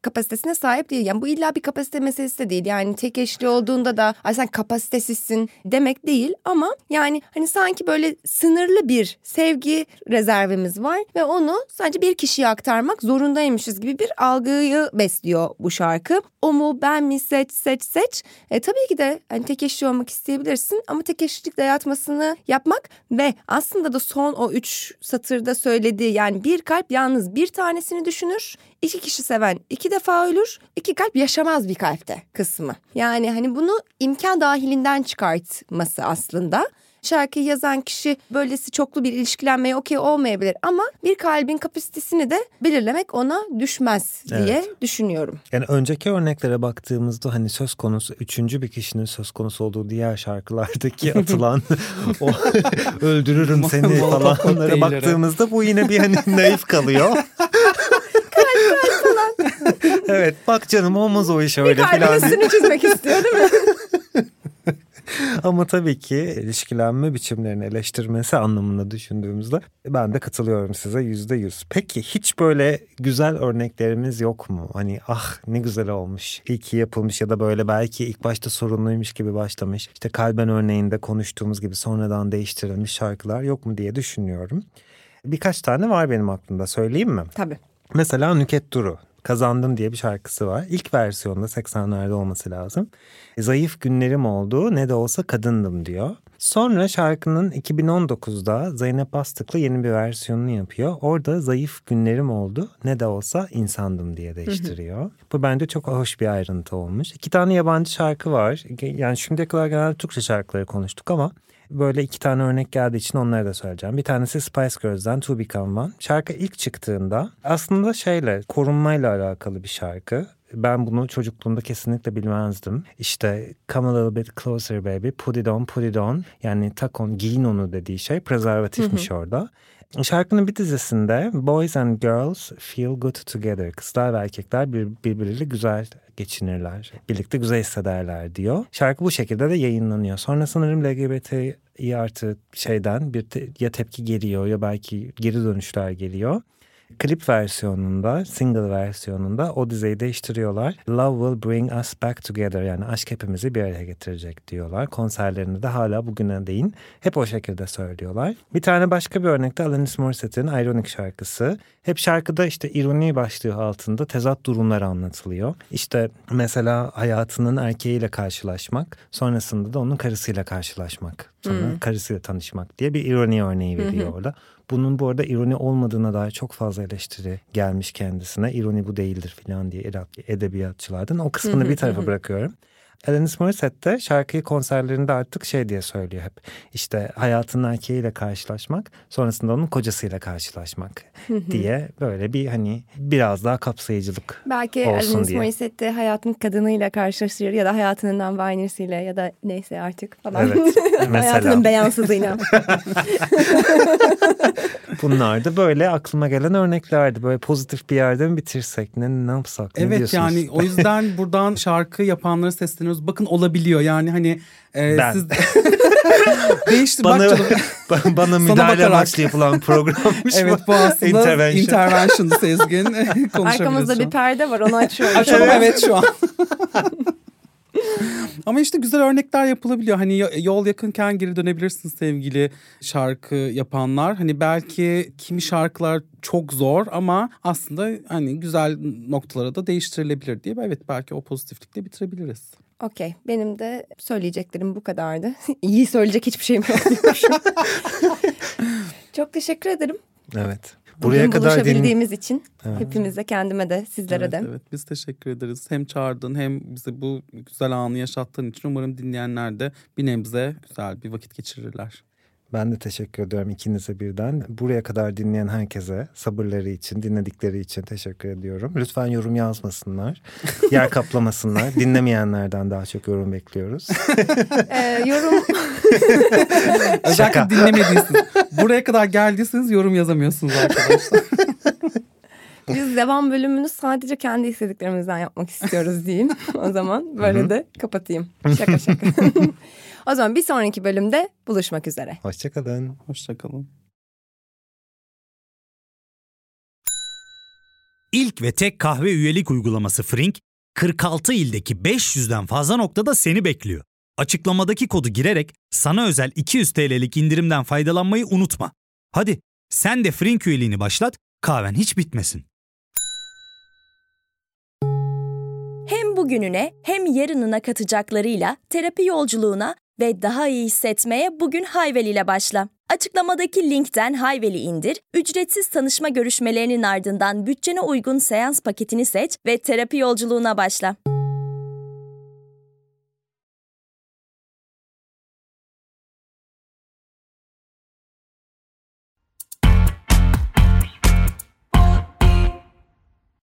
kapasitesine sahip değil. Yani bu illa bir kapasite meselesi de değil. Yani tek eşli olduğunda da ay sen kapasitesizsin demek değil. Ama yani hani sanki böyle sınırlı bir sevgi rezervimiz var ve onu sadece bir kişiye aktarmak zorundaymışız gibi bir algıyı besliyor bu şarkı. O mu ben mi seç. Tabii ki de hani tek eşli olmak isteyebilirsin ama tek eşlilik dayatmasını yapmak ve aslında da son o 3 satırda söylediği yani bir kalp yalnız bir tanesini düşünür. 2 kişi seven 2 defa ölür. 2 kalp yaşamaz bir kalpte kısmı. Yani hani bunu imkan dahilinden çıkartması aslında. Şarkıyı yazan kişi böylesi çoklu bir ilişkilenmeye okey olmayabilir ama bir kalbin kapasitesini de belirlemek ona düşmez diye düşünüyorum. Yani önceki örneklere baktığımızda hani söz konusu üçüncü bir kişinin söz konusu olduğu diğer şarkılardaki atılan o öldürürüm seni falanlara baktığımızda bu yine bir hani naif kalıyor. Kalp falan. Evet bak canım olmaz o iş öyle falan. Bir kalbin üstünü çizmek istiyor değil mi? Ama tabii ki ilişkilenme biçimlerini eleştirmesi anlamında düşündüğümüzde ben de katılıyorum size %100. Peki hiç böyle güzel örneklerimiz yok mu? Hani ah ne güzel olmuş, iyi ki yapılmış ya da böyle belki ilk başta sorunluymuş gibi başlamış. İşte Kalben örneğinde konuştuğumuz gibi sonradan değiştirilmiş şarkılar yok mu diye düşünüyorum. Birkaç tane var benim aklımda, söyleyeyim mi? Tabii. Mesela Nükhet Duru. Kazandım diye bir şarkısı var. İlk versiyonda 80'lerde olması lazım. Zayıf günlerim oldu, ne de olsa kadındım diyor. Sonra şarkının 2019'da Zeynep Bastık'la yeni bir versiyonunu yapıyor. Orada zayıf günlerim oldu, ne de olsa insandım diye değiştiriyor. Bu bence çok hoş bir ayrıntı olmuş. 2 tane yabancı şarkı var. Yani şimdiye kadar genelde Türkçe şarkıları konuştuk ama böyle 2 tane örnek geldiği için onları da söyleyeceğim. Bir tanesi Spice Girls'den To Become One. Şarkı ilk çıktığında aslında korunmayla alakalı bir şarkı. Ben bunu çocukluğumda kesinlikle bilmezdim. İşte come a little bit closer baby, put it on. Yani tak on, giyin onu dediği şey prezervatifmiş orada. Şarkının bir dizesinde Boys and Girls Feel Good Together. Kızlar ve erkekler birbiriyle güzel geçinirler. Birlikte güzel hissederler diyor. Şarkı bu şekilde de yayınlanıyor. Sonra sanırım LGBTİ artı ya tepki geliyor ya belki geri dönüşler geliyor. Klip versiyonunda, single versiyonunda o dizeyi değiştiriyorlar. Love will bring us back together, yani aşk hepimizi bir araya getirecek diyorlar. Konserlerinde de hala bugüne değin hep o şekilde söylüyorlar. Bir tane başka bir örnekte Alanis Morissette'in Ironic şarkısı. Hep şarkıda işte ironi başlığı altında tezat durumlar anlatılıyor. İşte mesela hayatının erkeğiyle karşılaşmak, sonrasında da onun karısıyla karşılaşmak, sonra karısıyla tanışmak diye bir ironi örneği veriyor orada. Bunun bu arada ironi olmadığına dair çok fazla eleştiri gelmiş kendisine. İroni bu değildir falan diye edebiyatçılardan. O kısmını bir tarafa bırakıyorum. Alanis Morissette de şarkıyı konserlerinde artık diye söylüyor hep. İşte hayatının erkeğiyle karşılaşmak, sonrasında onun kocasıyla karşılaşmak diye böyle bir hani biraz daha kapsayıcılık belki olsun Alanis diye. Morissette hayatının kadınıyla karşılaşır ya da hayatının non-binary'siyle ya da neyse artık falan. Evet, mesela. Hayatının beyansızıyla. Bunlar da böyle aklıma gelen örneklerdi. Böyle pozitif bir yerden bitirsek ne yapsak, ne evet, diyorsunuz? yani o yüzden buradan şarkı yapanlara sesleniyoruz. Bakın olabiliyor yani hani Ben. siz değiştir bak canım. Bana müdahale amaçlı yapılan programmış. Evet, bu aslında intervention Sezgin. Arkamızda bir perde var, onu açıyorum. Açalım evet şu an. Ama işte güzel örnekler yapılabiliyor. Hani yol yakınken geri dönebilirsin sevgili şarkı yapanlar. Hani belki kimi şarkılar çok zor ama aslında hani güzel noktalara da değiştirilebilir diye. Evet, belki o pozitiflikle bitirebiliriz. Okey. Benim de söyleyeceklerim bu kadardı. İyi söyleyecek hiçbir şeyim yok diyormuşum. Çok teşekkür ederim. Evet. Buraya kadar buluşabildiğimiz için hepimize, kendime de, sizlere de. Evet, biz teşekkür ederiz. Hem çağırdın hem bize bu güzel anı yaşattığın için umarım dinleyenler de bir nebze güzel bir vakit geçirirler. Ben de teşekkür ediyorum ikinize birden. Buraya kadar dinleyen herkese sabırları için, dinledikleri için teşekkür ediyorum. Lütfen yorum yazmasınlar, yer kaplamasınlar. Dinlemeyenlerden daha çok yorum bekliyoruz. Yorum... Özellikle dinlemediyseniz, buraya kadar geldiyseniz yorum yazamıyorsunuz arkadaşlar. Biz devam bölümünü sadece kendi istediklerimizden yapmak istiyoruz diyeyim. O zaman böyle de kapatayım. Şaka. O zaman bir sonraki bölümde buluşmak üzere. Hoşçakalın. Hoşçakalın. İlk ve tek kahve üyelik uygulaması Frink, 46 ildeki 500'den fazla noktada seni bekliyor. Açıklamadaki kodu girerek sana özel 200 TL'lik indirimden faydalanmayı unutma. Hadi sen de Frink üyeliğini başlat, kahven hiç bitmesin. Hem bugününe hem yarınına katacaklarıyla terapi yolculuğuna ve daha iyi hissetmeye bugün Hayvel ile başla. Açıklamadaki linkten Hayvel'i indir, ücretsiz tanışma görüşmelerinin ardından bütçene uygun seans paketini seç ve terapi yolculuğuna başla.